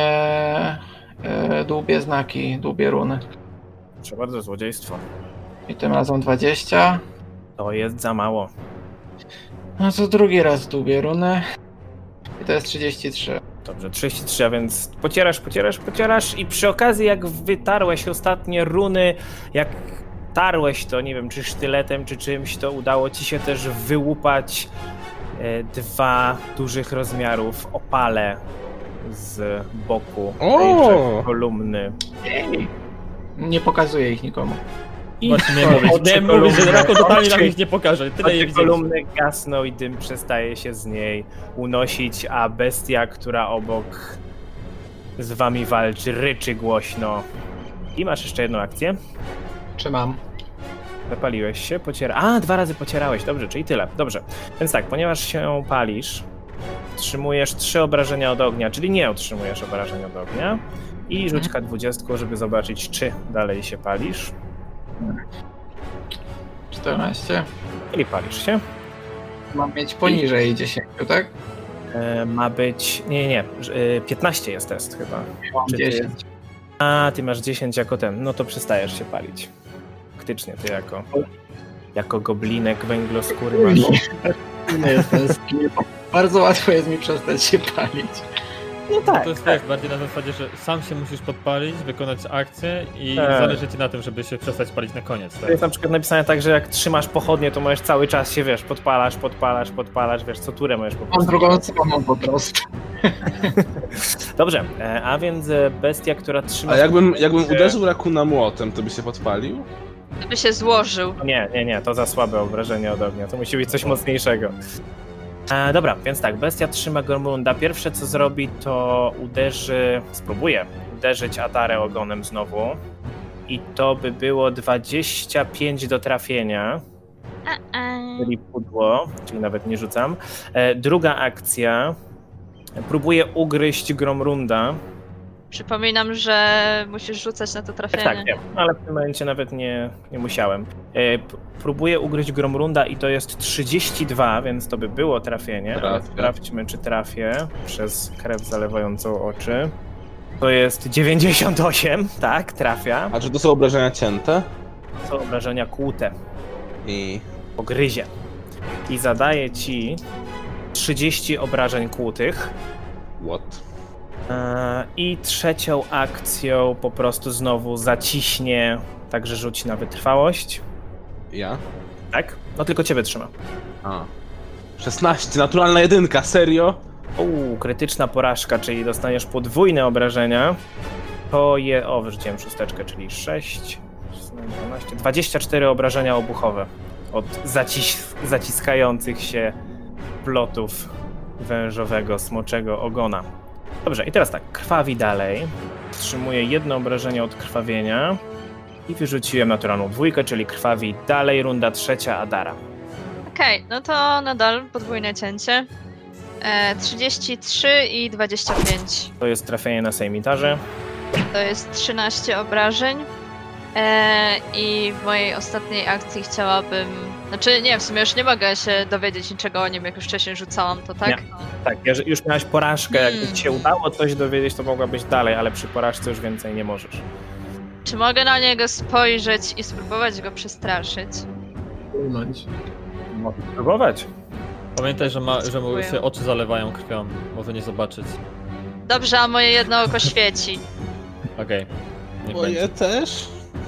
C: e, dłubię znaki, dłubię runy.
B: Proszę bardzo, złodziejstwo.
C: I tym razem dwadzieścia.
B: To jest za mało.
C: No to drugi raz dłubię runę. I to jest trzydzieści trzy.
B: Dobrze, trzydzieści trzy, a więc pocierasz, pocierasz, pocierasz i przy okazji jak wytarłeś ostatnie runy, jak tarłeś to, nie wiem, czy sztyletem, czy czymś, to udało ci się też wyłupać e, dwa dużych rozmiarów opale z boku tejże kolumny.
C: Jej. Nie pokazuję ich nikomu.
B: I
A: Właśnie miałem mówić, miałem mówić, że Rakun totalnie nam ich nie pokaże. Tyle je
B: Oczy
A: widzieliśmy.
B: kolumny gasną i dym przestaje się z niej unosić, a bestia, która obok z wami walczy, ryczy głośno. I masz jeszcze jedną akcję.
C: Czy mam?
B: Zapaliłeś się, pociera... A, dwa razy pocierałeś, dobrze, czyli tyle. Dobrze, więc tak, ponieważ się palisz, otrzymujesz trzy obrażenia od ognia, czyli nie otrzymujesz obrażeń od ognia. I rzuć K dwadzieścia, żeby zobaczyć, czy dalej się palisz.
C: czternaście.
B: Czyli palisz się.
C: Mam mieć poniżej dziesięć, tak?
B: E, ma być... Nie, nie, nie. E, piętnaście jest test chyba.
C: Mam
B: Czy ty-
C: dziesięć.
B: A, ty masz dziesięć jako ten. No to przestajesz się palić. Faktycznie, ty jako... Jako goblinek węgloskóry masz...
C: Nie jestem z kim. Bardzo łatwo jest mi przestać się palić.
B: No tak,
A: To jest
B: tak.
A: wiesz, bardziej na zasadzie, że sam się musisz podpalić, wykonać akcję i
B: Tak.
A: zależy ci na tym, żeby się przestać palić na koniec.
B: To
A: Tak?
B: jest na przykład napisane tak, że jak trzymasz pochodnie, to możesz cały czas się, wiesz, podpalasz, podpalasz, podpalasz, wiesz, co turę możesz po
C: Mam
B: prostu.
C: drugą stroną po prostu.
B: Dobrze, e, a więc e, bestia, która trzyma...
D: A jakbym,
B: w-
D: jakbym
B: e,
D: uderzył rakuna młotem, to by się podpalił?
E: Gdyby się złożył.
B: Nie, nie, nie, to za słabe obrażenie od ognia, to musi być coś mocniejszego. E, dobra, więc tak, bestia trzyma Gromrunda. Pierwsze co zrobi, to uderzy, spróbuje uderzyć Adarę ogonem znowu. I to by było dwadzieścia pięć do trafienia, czyli pudło, czyli nawet nie rzucam. E, druga akcja, próbuje ugryźć Gromrunda.
E: Przypominam, że musisz rzucać na to
B: Tak,
E: trafienie.
B: tak, wiem, ale w tym momencie nawet nie, nie musiałem. E, p- próbuję ugryźć Gromrunda i to jest trzydzieści dwa, więc to by było trafienie, ale
D: Trafię.
B: sprawdźmy, czy trafię przez krew zalewającą oczy. To jest dziewięćdziesiąt osiem, tak, trafia.
D: A czy to są obrażenia cięte?
B: Są obrażenia kłute,
D: I...
B: pogryzie. I zadaje ci trzydzieści obrażeń kłutych.
D: what?
B: E, I trzecią akcją po prostu znowu zaciśnie, także rzuci na wytrwałość.
D: Ja?
B: Tak? No tylko ciebie trzyma.
D: A. szesnaście, naturalna jedynka, serio?
B: Uuu, krytyczna porażka, czyli dostaniesz podwójne obrażenia. To je... O, wyrzuciłem szósteczkę, czyli sześć, dwanaście, dwadzieścia cztery obrażenia obuchowe od zacis zaciskających się plotów wężowego, smoczego ogona. Dobrze, i teraz tak, krwawi dalej. Wstrzymuję jedno obrażenie od krwawienia i wyrzuciłem naturalną dwójkę, czyli krwawi dalej, runda trzecia, Adara.
E: Okej, no to nadal podwójne cięcie. E, trzydzieści trzy i dwadzieścia pięć.
B: To jest trafienie na sejmitarze.
E: To jest trzynaście obrażeń. E, I w mojej ostatniej akcji chciałabym... Znaczy nie, w sumie już nie mogę się dowiedzieć niczego o nim, jak już wcześniej rzucałam, to tak?
B: Nie. Tak, jeżeli już miałaś porażkę, jakby
E: Hmm.
B: ci się udało coś dowiedzieć, to mogłabyś dalej, ale przy porażce już więcej nie możesz.
E: Czy mogę na niego spojrzeć i spróbować go przestraszyć?
C: Płynąć.
B: Możesz próbować.
A: Pamiętaj, że, ma, że mu
E: Dziękuję.
A: się oczy zalewają krwią, może nie zobaczyć.
E: Dobrze, a moje jedno oko świeci.
A: Okej. Niech będzie.
D: Moje też?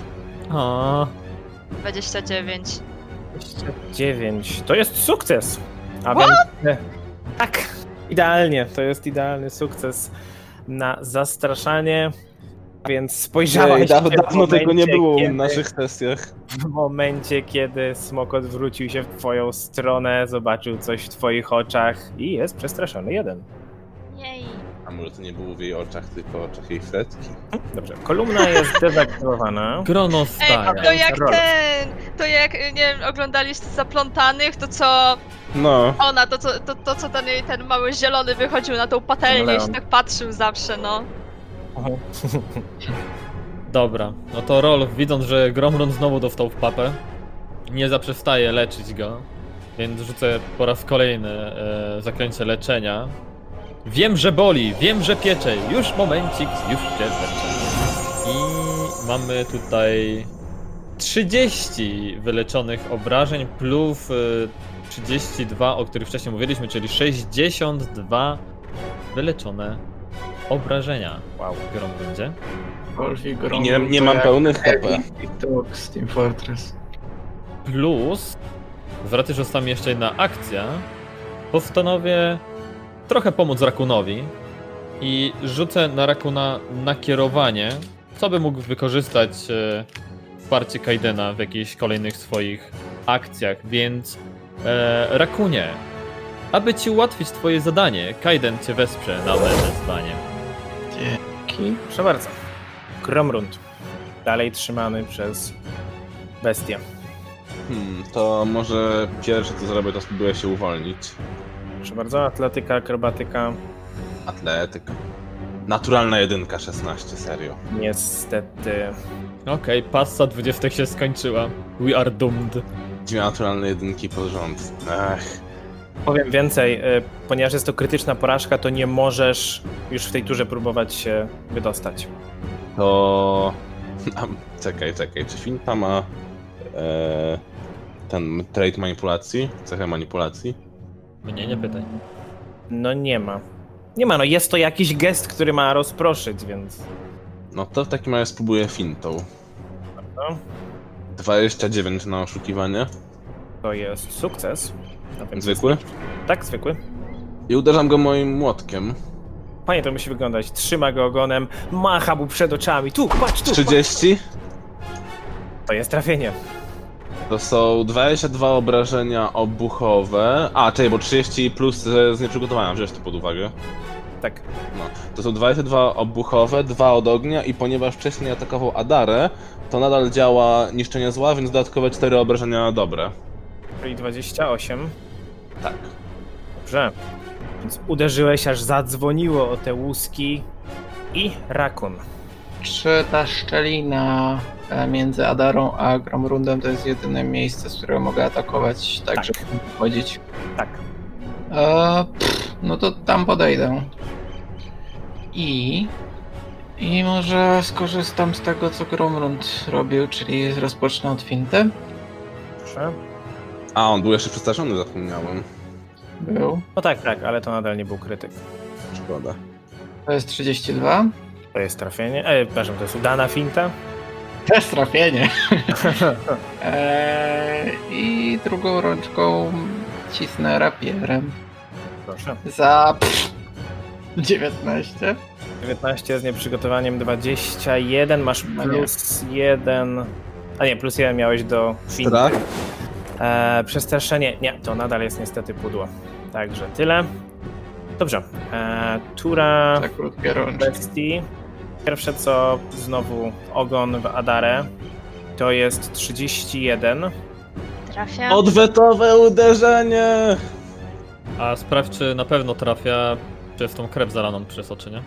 A: O,
E: dwadzieścia dziewięć.
B: dwadzieścia dziewięć. To jest sukces. A więc... e, Tak, idealnie. To jest idealny sukces na zastraszanie. Więc spojrzałaś
D: Ej, dawno,
B: się w
D: dawno tego nie
B: momencie,
D: było
B: kiedy,
D: w naszych sesjach.
B: w momencie, kiedy smok odwrócił się w twoją stronę, zobaczył coś w twoich oczach i jest przestraszony jeden.
E: Jej.
D: A może to nie było w jej oczach, tylko w oczach jej fretki?
B: Dobrze, kolumna jest dezaktywowana.
A: grono
E: Ej,
A: staje.
E: to jak
B: Rolf.
E: ten, to jak, nie wiem, oglądaliście Zaplątanych, to co
D: No.
E: ona, to co, to, to co ten, jej ten mały zielony wychodził na tą patelnię i
B: Leon.
E: się tak patrzył zawsze, no.
A: Dobra, no to Rolf, widząc, że Gromrund znowu dostał w papę, nie zaprzestaje leczyć go, więc rzucę po raz kolejny e, zaklęcie leczenia. Wiem, że boli, wiem, że piecze, już momencik, już cię leczę. I mamy tutaj trzydzieści wyleczonych obrażeń plus e, trzydzieści dwa, o których wcześniej mówiliśmy, czyli sześćdziesiąt dwa wyleczone obrażenia.
B: Wow.
A: w Gromrundzie.
C: Wolf i Grom.
D: I nie, nie
C: to
D: mam
C: jak
D: pełnych H P.
C: Heavy Talk z Team Fortress.
A: Plus, z racji, że została mi jeszcze jedna akcja, postanowię trochę pomóc Rakunowi i rzucę na Rakuna nakierowanie, co by mógł wykorzystać e, wsparcie Kaidena w jakichś kolejnych swoich akcjach, więc e, Rakunie, aby ci ułatwić twoje zadanie, Kaiden cię wesprze na wyzwanie.
C: Dzięki.
B: Proszę bardzo. Gromrund. Dalej trzymany przez bestię.
D: Hmm, to może pierwsze co zrobię, to spróbuję się uwolnić.
B: Proszę bardzo, atletyka, akrobatyka.
D: Atletyka. Naturalna jedynka, szesnaście, serio.
B: Niestety.
A: Okej, passa dwudziestka się skończyła. We are doomed.
D: Dwie naturalne jedynki pod rząd. Ech.
B: Powiem więcej, y, ponieważ jest to krytyczna porażka, to nie możesz już w tej turze próbować się wydostać.
D: To... A, czekaj, czekaj, czy Finta ma e, ten trait manipulacji? Cechę manipulacji?
A: Mnie nie pytaj.
B: No nie ma. Nie ma, no jest to jakiś gest, który ma rozproszyć, więc...
D: No to w takim razie spróbuję fintą.
B: No,
D: dwadzieścia dziewięć na oszukiwanie.
B: to jest sukces. No więc
D: Zwykły?
B: Tak, zwykły.
D: I uderzam go moim młotkiem.
B: Panie, to musi wyglądać. Trzyma go ogonem, macha mu przed oczami. Tu, patrz, tu,
D: trzydzieści.
B: patrz. To jest trafienie.
D: To są dwadzieścia dwa obrażenia obuchowe. A, czekaj, bo trzydzieści plus z nieprzygotowania, wziąć to pod uwagę.
B: Tak.
D: No, to są dwadzieścia dwa obuchowe, dwa od ognia i ponieważ wcześniej atakował Adarę, to nadal działa niszczenie zła, więc dodatkowe cztery obrażenia dobre.
B: Czyli dwadzieścia osiem.
D: Tak.
B: Dobrze. Więc uderzyłeś, aż zadzwoniło o te łuski i Rakun.
C: Czy ta szczelina e, między Adarą a Gromrundem to jest jedyne miejsce, z którego mogę atakować, tak,
B: Tak.
C: żeby wchodzić?
B: Tak.
C: E, pff, no to tam podejdę. I... I może skorzystam z tego, co Gromrund robił, czyli rozpocznę od finty.
B: Proszę.
D: A, on był jeszcze przestraszony, zapomniałem.
C: Był.
B: No tak, tak, ale to nadal nie był krytyk.
D: Szkoda.
C: To jest trzydzieści dwa.
B: To jest trafienie. E, przepraszam, to jest udana finta.
C: Też trafienie. e, I drugą rączką cisnę rapierem.
B: Proszę.
C: Za... Pff, dziewiętnaście.
B: dziewiętnaście z nieprzygotowaniem, dwadzieścia jeden, masz plus jeden. A nie, plus jeden miałeś do finty.
D: Strach?
B: E, przestraszenie, nie, to nadal jest niestety pudło. Także tyle. Dobrze. E, tura
C: Za krótkie rączki.
B: bestii. Pierwsze co znowu ogon w Adarę. To jest trzydzieści jeden.
E: Trafia.
D: Odwetowe uderzenie!
A: A sprawdź, czy na pewno trafia przez tą krew zalaną przez oczy, nie?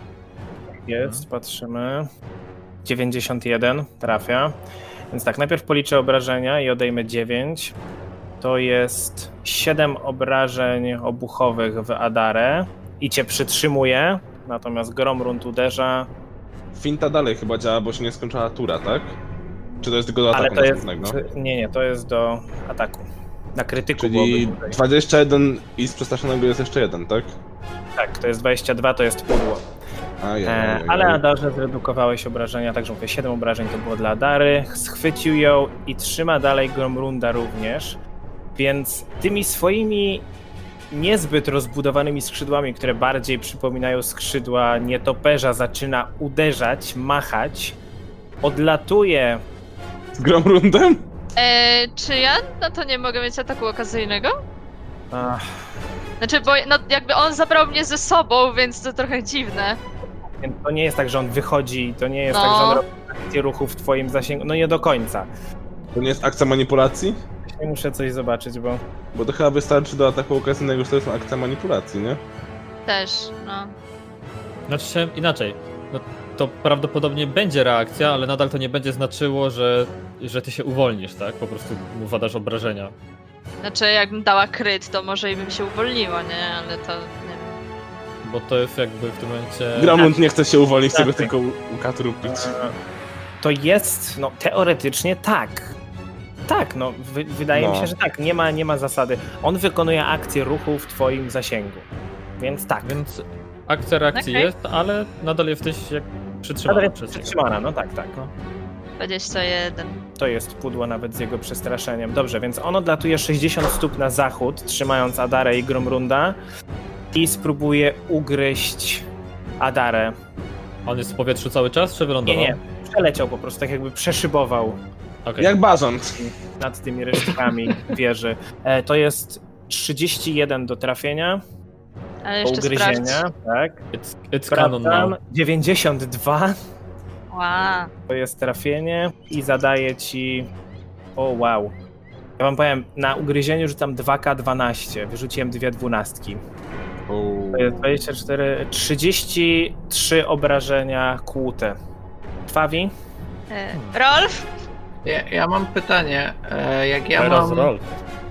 B: Jest, patrzymy. dziewięćdziesiąt jeden trafia. Więc tak, najpierw policzę obrażenia i odejmę dziewięć. To jest siedem obrażeń obuchowych w Adarę i cię przytrzymuje. Natomiast Gromrund uderza.
D: Finta dalej chyba działa, bo się nie skończyła tura, tak? Czy to jest tylko do
B: Ale
D: ataku
B: to jest.
D: następnego?
B: Nie, nie, to jest do ataku. Na krytyku
D: Czyli
B: byłoby tutaj.
D: dwadzieścia jeden i z przestraszonego jest jeszcze jeden, tak?
B: Tak, to jest dwadzieścia dwa, to jest pudło.
D: Ajaj,
B: E,
D: ajaj,
B: ale
D: ajaj.
B: Adarze zredukowałeś obrażenia, także mówię, siedem obrażeń to było dla Adary. Schwycił ją i trzyma dalej Gromrunda również. Więc tymi swoimi niezbyt rozbudowanymi skrzydłami, które bardziej przypominają skrzydła nietoperza, zaczyna uderzać, machać. Odlatuje.
D: Z Gromrundem?
E: E, czy ja na to nie mogę mieć ataku okazyjnego?
B: Ach,
E: Znaczy, bo no, jakby on zabrał mnie ze sobą, więc to trochę dziwne.
B: więc to nie jest tak, że on wychodzi, to nie jest
E: No.
B: tak, że on robi akcję ruchu w twoim zasięgu. No nie do końca.
D: To nie jest akcja manipulacji?
B: Ja muszę coś zobaczyć, bo...
D: Bo to chyba wystarczy do ataku okazyjnego, że to jest akcja manipulacji, nie?
E: Też, no.
A: Znaczy się inaczej. No, to prawdopodobnie będzie reakcja, ale nadal to nie będzie znaczyło, że, że ty się uwolnisz, tak? Po prostu mu zadasz obrażenia.
E: Znaczy, jakbym dała kryt, to może i bym się uwolniła, nie? Ale to nie wiem.
A: Bo to jest jakby w tym momencie...
D: Gromrund nie chce się uwolnić, chce go
B: Tak.
D: tylko ukatrupić.
B: E, To jest, no teoretycznie tak. Tak, no wy, wydaje
D: No.
B: mi się, że tak, nie ma, nie ma zasady. On wykonuje akcję ruchu w twoim zasięgu. Więc tak.
A: Więc akcja reakcji
E: Okej.
A: jest, ale nadal jesteś jak przytrzymana
B: Nadal jest
A: przez niego.
B: przytrzymana, no tak, tak.
E: dwadzieścia jeden.
B: To jest pudło nawet z jego przestraszeniem. Dobrze, więc on odlatuje sześćdziesiąt stóp na zachód, trzymając Adarę i Gromrunda i spróbuje ugryźć Adarę.
A: On jest w powietrzu cały czas, czy
B: Nie,
A: wylądował?
B: nie, przeleciał po prostu, tak jakby przeszybował
A: Okej.
D: Jak barząd.
B: nad tymi resztkami wieży. E, to jest trzydzieści jeden do trafienia,
E: Ale
B: do
E: jeszcze sprawdź.
B: ugryzienia, tak.
A: It's, it's canon
B: Sprawdzam,
A: now.
B: dziewięćdziesiąt dwa
E: Wow.
B: to jest trafienie i zadaje ci... O wow. Ja wam powiem, na ugryzieniu rzucam dwa K dwanaście, wyrzuciłem dwie dwunastki. To jest dwadzieścia cztery, trzydzieści trzy obrażenia kłute. Krwawi?
E: E, Rolf?
C: Ja, ja mam pytanie. E, jak ja
A: Teraz
C: mam...
A: roll.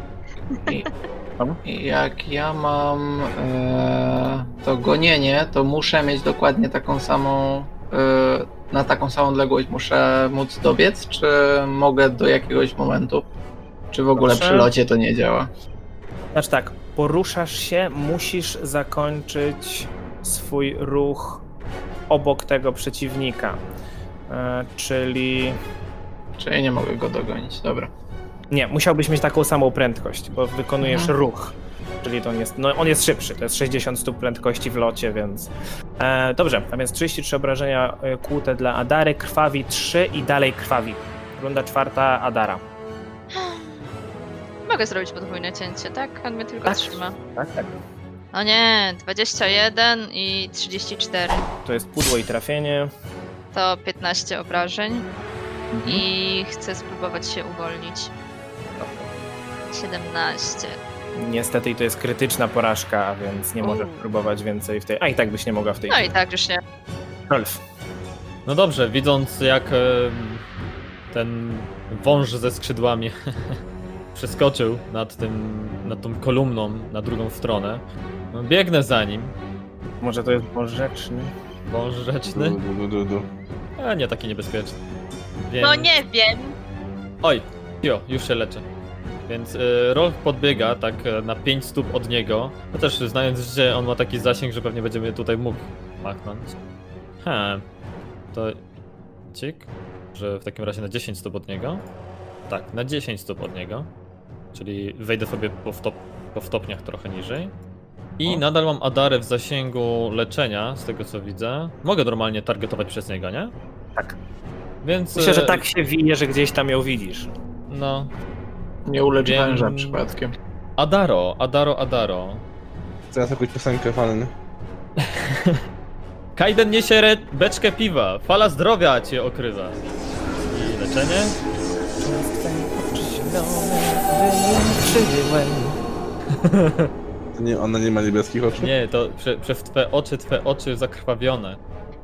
C: I, jak ja mam e, to gonienie, to muszę mieć dokładnie taką samą... E, na taką samą odległość muszę móc dobiec, czy mogę do jakiegoś momentu? Czy w ogóle
B: Proszę.
C: przy locie to nie działa?
B: Znaczy tak, poruszasz się, musisz zakończyć swój ruch obok tego przeciwnika. E, czyli...
C: Czyli nie mogę go dogonić, dobra.
B: Nie, musiałbyś mieć taką samą prędkość, bo wykonujesz
C: Mhm.
B: ruch. Czyli to on jest, no on jest szybszy, to jest sześćdziesiąt stóp prędkości w locie, więc... E, dobrze, a więc trzydzieści trzy obrażenia e, kłute dla Adary, krwawi trzy i dalej krwawi. Runda czwarta, Adara.
E: Mogę zrobić podwójne cięcie, tak? On mnie tylko
B: Tak.
E: trzyma.
B: Tak, tak.
E: O nie, dwadzieścia jeden i trzydzieści cztery.
B: To jest pudło i trafienie.
E: To piętnaście obrażeń.
B: Mhm.
E: I chcę spróbować się uwolnić. siedemnaście.
B: Niestety to jest krytyczna porażka, więc nie możesz
E: Uuu.
B: próbować więcej w tej... A i tak byś nie mogła w tej...
E: No i tak już nie.
B: Rolf.
A: No dobrze, widząc jak em, ten wąż ze skrzydłami przeskoczył nad tym, nad tą kolumną na drugą stronę, no, biegnę za nim.
B: Może to jest porzeczny?
A: Wąż rzeczny,
D: Du, du, du, du.
A: a nie taki niebezpieczny. Więc...
E: No nie wiem.
A: Oj, jo, już się leczę. Więc y, Rolf podbiega tak e, na pięć stóp od niego, chociaż znając, że on ma taki zasięg, że pewnie będziemy tutaj mógł machnąć. He, to cik, że w takim razie na dziesięć stóp od niego. Tak, na dziesięć stóp od niego, czyli wejdę sobie po, wtop, po wtopniach trochę niżej. I
B: O.
A: nadal mam Adarę w zasięgu leczenia, z tego co widzę. Mogę normalnie targetować przez niego, nie?
B: Tak.
A: Więc...
B: Myślę, że
A: e,
B: tak się wije, że gdzieś tam ją widzisz.
A: No,
C: Nie ulecz
A: Wiem.
C: węża przypadkiem.
A: Adaro, Adaro, Adaro.
D: Teraz jakąś piosenkę fanny.
A: Kaiden niesie re- beczkę piwa, fala zdrowia cię okrywa. I leczenie?
D: To nie, ona nie ma niebieskich oczu?
A: Nie, to prze, przez twe oczy, twe oczy zakrwawione.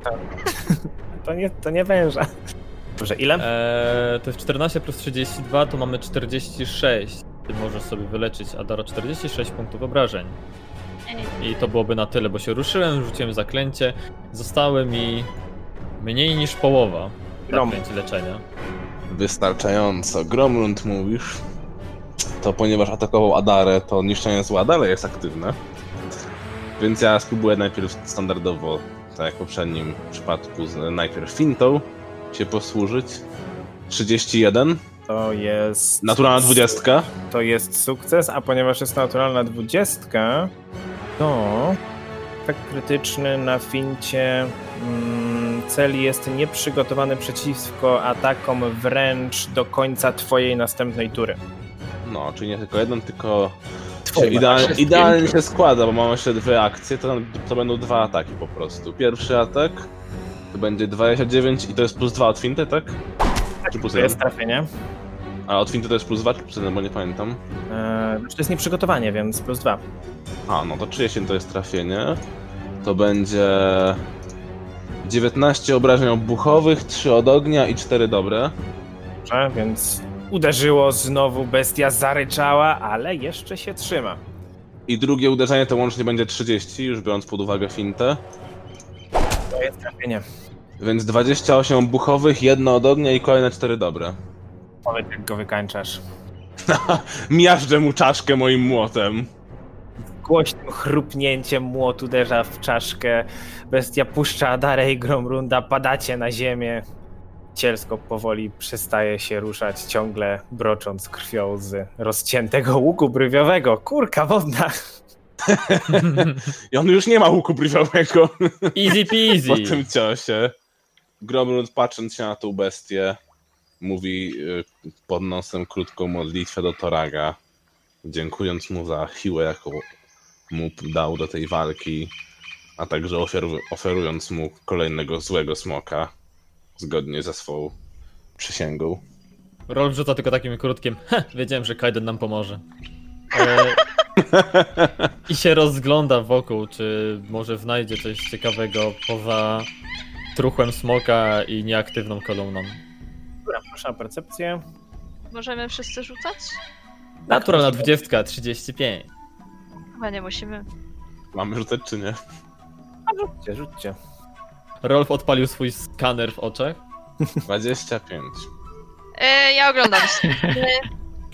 B: To nie, to nie węża. Dobrze, ile?
A: Eee, to jest czternaście plus trzydzieści dwa, to mamy czterdzieści sześć. Ty możesz sobie wyleczyć Adaro czterdzieści sześć punktów obrażeń. I to byłoby na tyle, bo się ruszyłem, rzuciłem zaklęcie. Zostały mi mniej niż połowa
B: Grom.
A: zaklęć leczenia.
D: Wystarczająco. Gromlund mówisz? To ponieważ atakował Adarę, to niszczenie zła dalej jest aktywne. Więc ja spróbuję najpierw standardowo, tak jak w poprzednim przypadku, z najpierw fintą się posłużyć. trzydzieści jeden.
B: To jest...
D: Naturalna dwudziestka.
B: To jest sukces, a ponieważ jest naturalna dwudziestka, to efekt krytyczny na fincie mm, cel jest nieprzygotowany przeciwko atakom wręcz do końca twojej następnej tury.
D: No, czyli nie tylko jeden, tylko
B: Twoje
D: się idealnie,
C: wszystkim.
D: idealnie się składa, bo mamy jeszcze dwie akcje, to, to będą dwa ataki po prostu. Pierwszy atak to będzie dwadzieścia dziewięć i to jest plus dwa od finty, tak? Czy plus
B: To jest
D: jeden?
B: trafienie.
D: A od finty to jest plus dwa czy plus jeden, bo nie pamiętam.
B: Eee, znaczy to jest nieprzygotowanie, więc plus dwa.
D: A, no to trzydzieści to jest trafienie. To będzie dziewiętnaście obrażeń obuchowych, trzy od ognia i cztery dobre.
B: Dobrze, więc uderzyło znowu, bestia zaryczała, ale jeszcze się trzyma.
D: I drugie uderzenie to łącznie będzie trzydzieści, już biorąc pod uwagę fintę.
B: To jest trafienie.
D: Więc dwadzieścia osiem obuchowych, jedno od ognia i kolejne cztery dobre.
B: Powiedz, jak go wykańczasz.
D: Miażdżę mu czaszkę moim młotem.
B: Głośnym chrupnięciem młot uderza w czaszkę. Bestia puszcza Adarę i Gromrunda, padacie na ziemię. Cielsko powoli przestaje się ruszać, ciągle brocząc krwią z rozciętego łuku brywiowego. Kurka wodna!
D: I on już nie ma łuku brwiowego
A: Easy peasy.
D: po tym ciosie. Gromlund, patrząc się na tą bestię, mówi y, pod nosem krótką modlitwę do Toraga, dziękując mu za siłę, jaką mu dał do tej walki, a także ofiar- oferując mu kolejnego złego smoka, zgodnie ze swą przysięgą.
A: Rolf rzuca tylko takim krótkim. Heh, wiedziałem, że Kaiden nam pomoże. E, I się rozgląda wokół, czy może znajdzie coś ciekawego poza truchłem smoka i nieaktywną kolumną.
B: Dobra, proszę o percepcję.
E: Możemy wszyscy rzucać?
A: Naturalna dwudziestka, trzydzieści pięć.
E: Chyba nie musimy.
D: Mamy rzucać czy nie?
B: Rzućcie, rzućcie.
A: Rolf odpalił swój skaner w oczach.
D: dwadzieścia pięć.
E: E, ja oglądam.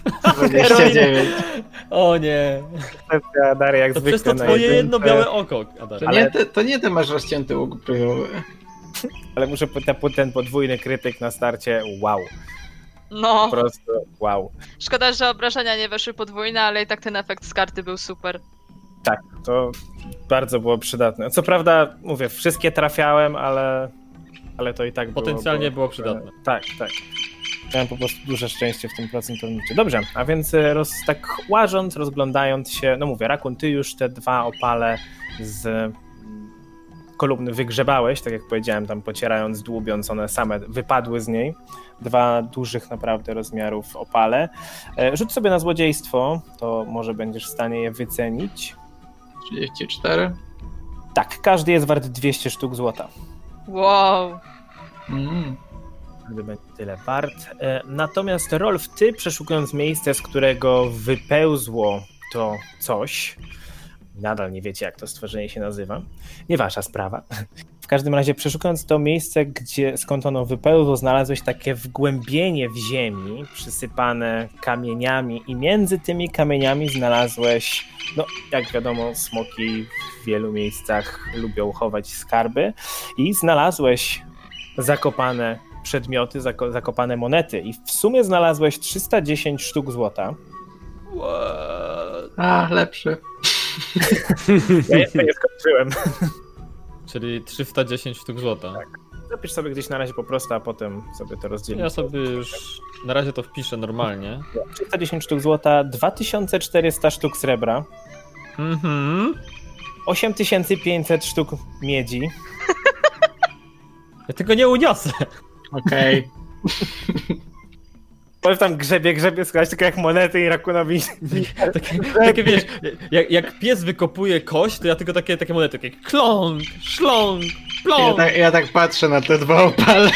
C: dwadzieścia dziewięć.
A: O nie.
B: Koncepcja Adary jak
A: To
B: zwykle.
A: przez to
B: na
A: twoje
B: jedynce,
A: jedno białe oko, Adara.
C: To,
B: Ale-
C: nie ty, to nie ty masz rozcięty łuk brojowy.
B: Ale muszę po- ten, ten podwójny krytyk na starcie, wow.
E: No,
B: Po prostu wow.
E: szkoda, że obrażenia nie weszły podwójne, ale i tak ten efekt z karty był super.
B: Tak, to bardzo było przydatne. Co prawda, mówię, wszystkie trafiałem, ale, ale to i tak było.
A: Potencjalnie było przydatne.
B: Tak, tak. Miałem po prostu duże szczęście w tym procentowym. Dobrze, a więc e, roz, tak łażąc, rozglądając się, no mówię, Rakun, ty już te dwa opale z mm, kolumny wygrzebałeś, tak jak powiedziałem, tam pocierając, dłubiąc, one same wypadły z niej. Dwa dużych naprawdę rozmiarów opale. E, Rzuć sobie na złodziejstwo, to może będziesz w stanie je wycenić.
C: trzydzieści cztery.
B: Tak, każdy jest wart dwieście sztuk złota.
E: Wow.
C: Mm.
B: Gdy będzie tyle wart. E, Natomiast Rolf, ty przeszukując miejsce, z którego wypełzło to coś, nadal nie wiecie, jak to stworzenie się nazywa, nie wasza sprawa. W każdym razie przeszukując to miejsce, gdzie, skąd ono wypełzło, znalazłeś takie wgłębienie w ziemi, przysypane kamieniami i między tymi kamieniami znalazłeś, no jak wiadomo, smoki w wielu miejscach lubią chować skarby i znalazłeś zakopane przedmioty, zako- zakopane monety i w sumie znalazłeś trzysta dziesięć sztuk złota.
A: What?
C: A, lepszy.
B: Ja jeszcze nie skończyłem.
A: Czyli trzysta dziesięć sztuk złota.
B: Tak. Zapisz sobie gdzieś na razie po prostu, a potem sobie to rozdzielisz.
A: Ja sobie już na razie to wpiszę normalnie.
B: trzysta dziesięć sztuk złota, dwa tysiące czterysta sztuk srebra,
A: Mhm.
B: osiem tysięcy pięćset sztuk miedzi.
A: Ja tego nie uniosę.
C: Okej.
B: Powiem tam grzebie, grzebie, słuchać tylko jak monety i Rakunowi.
A: Takie, takie wiesz, jak, jak pies wykopuje kość, to ja tylko takie, takie monety, takie kląk, szląk,
C: Ja,
A: pląk.
C: tak, ja tak patrzę na te dwa opale.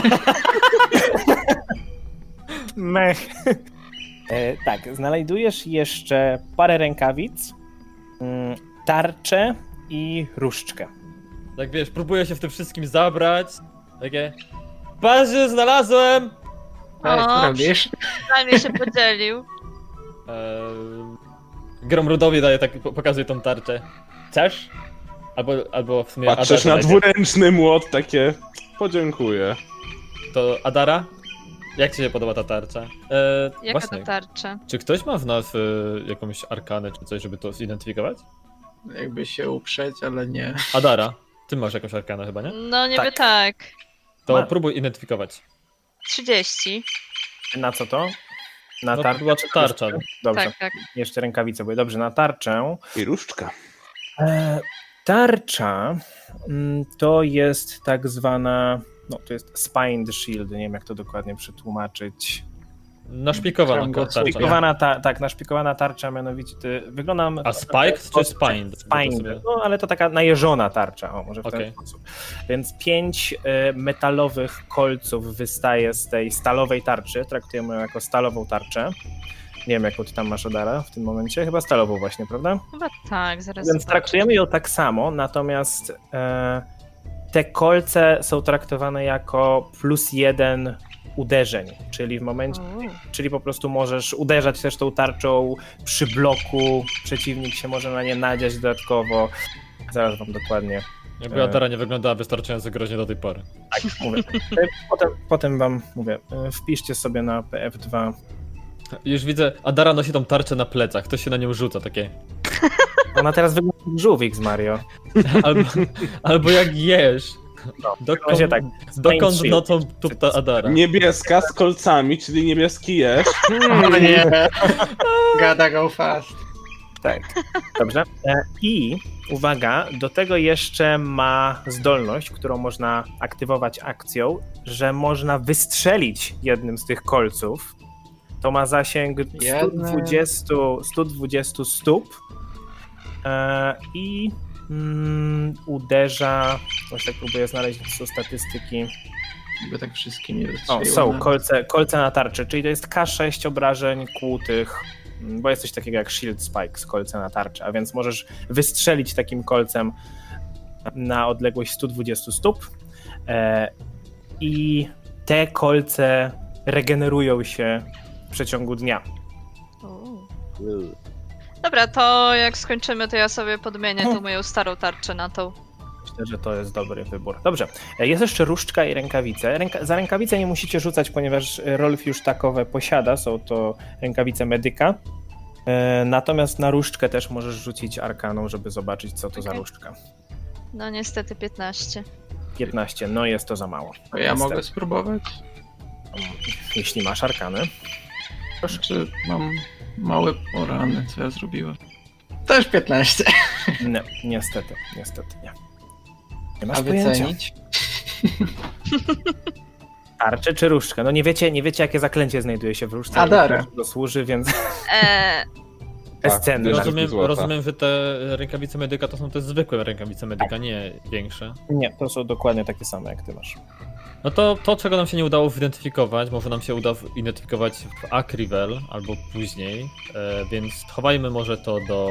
B: Mech. E, tak, znajdujesz jeszcze parę rękawic, mm, tarczę i różdżkę.
A: Tak wiesz, próbuję się w tym wszystkim zabrać. Takie, patrzcie, znalazłem!
C: Ej, co
E: O,
C: robisz?
E: przynajmniej się podzielił.
A: Eee, Gromrudowi daje tak, po- pokazuje tą tarczę. Chcesz? Albo, albo w sumie
D: Patrzysz na
A: Adara.
D: dwuręczny młot, takie podziękuję.
A: To Adara? Jak ci się podoba ta tarcza? Eee,
E: Jaka
A: właśnie,
E: to tarcza?
A: czy ktoś ma w nas e, jakąś arkanę czy coś, żeby to zidentyfikować?
C: Jakby się uprzeć, ale nie.
A: Adara, ty masz jakąś arkanę chyba, nie?
E: No niby
B: Tak.
E: tak.
A: To
B: Ma.
A: próbuj identyfikować.
E: trzydzieści.
B: Na co to? Na
A: No,
B: tarczę?
A: to była
B: czy
A: tarcza.
B: różdżkę? Dobrze,
E: Tak, tak.
B: jeszcze rękawice były. Dobrze, na tarczę.
D: I różdżka.
B: E, tarcza mm, to jest tak zwana, no to jest spined shield, nie wiem jak to dokładnie przetłumaczyć.
A: Naszpikowana
C: Kręgosłup.
A: tarcza.
B: Szpikowana ta, tak, naszpikowana tarcza, mianowicie ty, wygląda...
A: A spiked czy spined?
B: Spined, no ale to taka najeżona tarcza, o może w ten
A: Okej.
B: sposób. Więc pięć e, metalowych kolców wystaje z tej stalowej tarczy, traktujemy ją jako stalową tarczę. Nie wiem jaką ty tam masz, Adara, w tym momencie, chyba stalową właśnie, prawda?
E: Chyba tak, zaraz
B: Więc
E: zobaczę.
B: traktujemy ją tak samo, natomiast e, te kolce są traktowane jako plus jeden uderzeń, czyli w momencie,
E: Uuu.
B: czyli po prostu możesz uderzać też tą tarczą przy bloku, przeciwnik się może na nie nadziać dodatkowo. Zaraz wam dokładnie
A: Jakby Adara nie wyglądała wystarczająco groźnie do tej pory.
B: tak mówię. E, Potem, potem wam mówię, e, wpiszcie sobie na P F dwa.
A: Już widzę, Adara nosi tą tarczę na plecach, ktoś się na nią rzuca, takie.
B: Ona teraz wygląda jak żółwik z Mario.
A: Albo, albo jak jesz.
B: No,
A: Dokąd,
B: razie tak,
A: dokąd
B: Spine
A: nocą tupta Adara?
D: Niebieska z kolcami, czyli niebieski jesz.
C: O nie. Gotta go fast.
B: Tak, dobrze. E, I uwaga, do tego jeszcze ma zdolność, którą można aktywować akcją, że można wystrzelić jednym z tych kolców. To ma zasięg sto dwadzieścia, sto dwadzieścia stóp e, i mm, uderza, właśnie tak próbuję znaleźć, co są statystyki.
C: Jakby tak wszystkimi
B: O,
C: rozstrzeliło.
B: są kolce, kolce na tarczy, czyli to jest K sześć obrażeń kłutych, bo jest coś takiego jak Shield Spike z kolce na tarczy, a więc możesz wystrzelić takim kolcem na odległość sto dwadzieścia stóp e, i te kolce regenerują się w przeciągu dnia.
E: Dobra, to jak skończymy, to ja sobie podmienię tą moją starą tarczę na tą.
B: Myślę, że to jest dobry wybór. Dobrze, jest jeszcze różdżka i rękawice. Ręka za rękawice nie musicie rzucać, ponieważ Rolf już takowe posiada, są to rękawice medyka. E, natomiast na różdżkę też możesz rzucić arkaną, żeby zobaczyć, co to
E: Okay.
B: za różdżka.
E: No niestety piętnaście.
B: piętnaście, no jest to za mało.
C: To ja
B: Niestety.
C: mogę spróbować?
B: Jeśli masz arkany.
C: Proszę, czy mam małe porany, co ja zrobiłem? Też piętnaście.
B: Nie, niestety, niestety nie. Nie masz
C: A
B: pojęcia.
C: wycenić?
B: Tarczę czy różdżkę? No nie wiecie, nie wiecie, jakie zaklęcie znajduje się w różdżce.
C: Adara.
B: To służy, więc
E: Eee,
B: bez
D: Tak,
B: ceny.
D: wiesz,
B: nawet.
A: Rozumiem,
D: złota.
A: rozumiem, że te rękawice medyka to są te zwykłe rękawice medyka, nie większe.
B: Nie, to są dokładnie takie same, jak ty masz.
A: No to to, czego nam się nie udało zidentyfikować, może nam się uda identyfikować w Akrivel albo później, e, więc chowajmy może to do,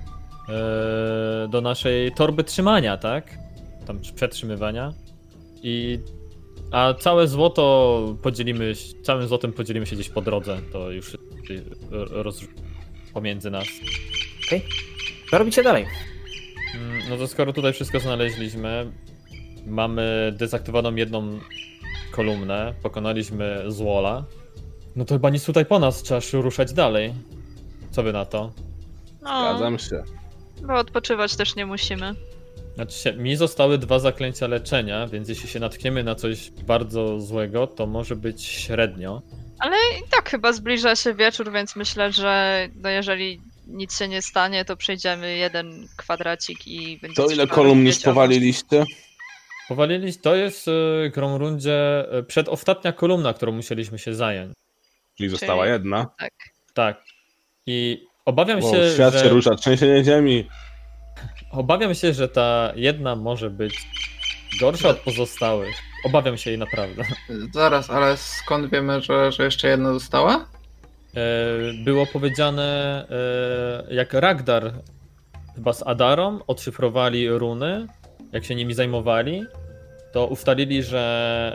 A: e, do naszej torby trzymania, tak? Tam przetrzymywania. I, a całe złoto podzielimy, całym złotem podzielimy się gdzieś po drodze, to już roz, pomiędzy nas.
B: Okej. Co robicie dalej?
A: Mm, No to skoro tutaj wszystko znaleźliśmy, mamy dezaktywowaną jedną kolumnę, pokonaliśmy Zwola, no to chyba nic tutaj po nas, trzeba się ruszać dalej. Co wy na to?
E: no,
D: Zgadzam się.
E: bo odpoczywać też nie musimy.
A: Znaczy się, mi zostały dwa zaklęcia leczenia, więc jeśli się natkniemy na coś bardzo złego, to może być średnio.
E: Ale i tak chyba zbliża się wieczór, więc myślę, że no jeżeli nic się nie stanie, to przejdziemy jeden kwadracik i będzie
D: To ile
E: trzeba
D: kolumn już
E: rozbiec obóz.
D: powaliliście?
A: Powalili, to jest w Gromrundzie y, przedostatnia kolumna, którą musieliśmy się zająć.
D: Czyli została
E: Czyli-
D: jedna.
E: Tak.
A: Tak. I obawiam
D: Wow,
A: się,
D: świat
A: że...
D: się rusza, trzęsienie ziemi.
A: Obawiam się, że ta jedna może być gorsza od pozostałych. Obawiam się jej naprawdę.
C: Zaraz, ale skąd wiemy, że, że jeszcze jedna została?
A: E, Było powiedziane, e, jak Ragdar chyba z Adarą odszyfrowali runy, jak się nimi zajmowali, to ustalili, że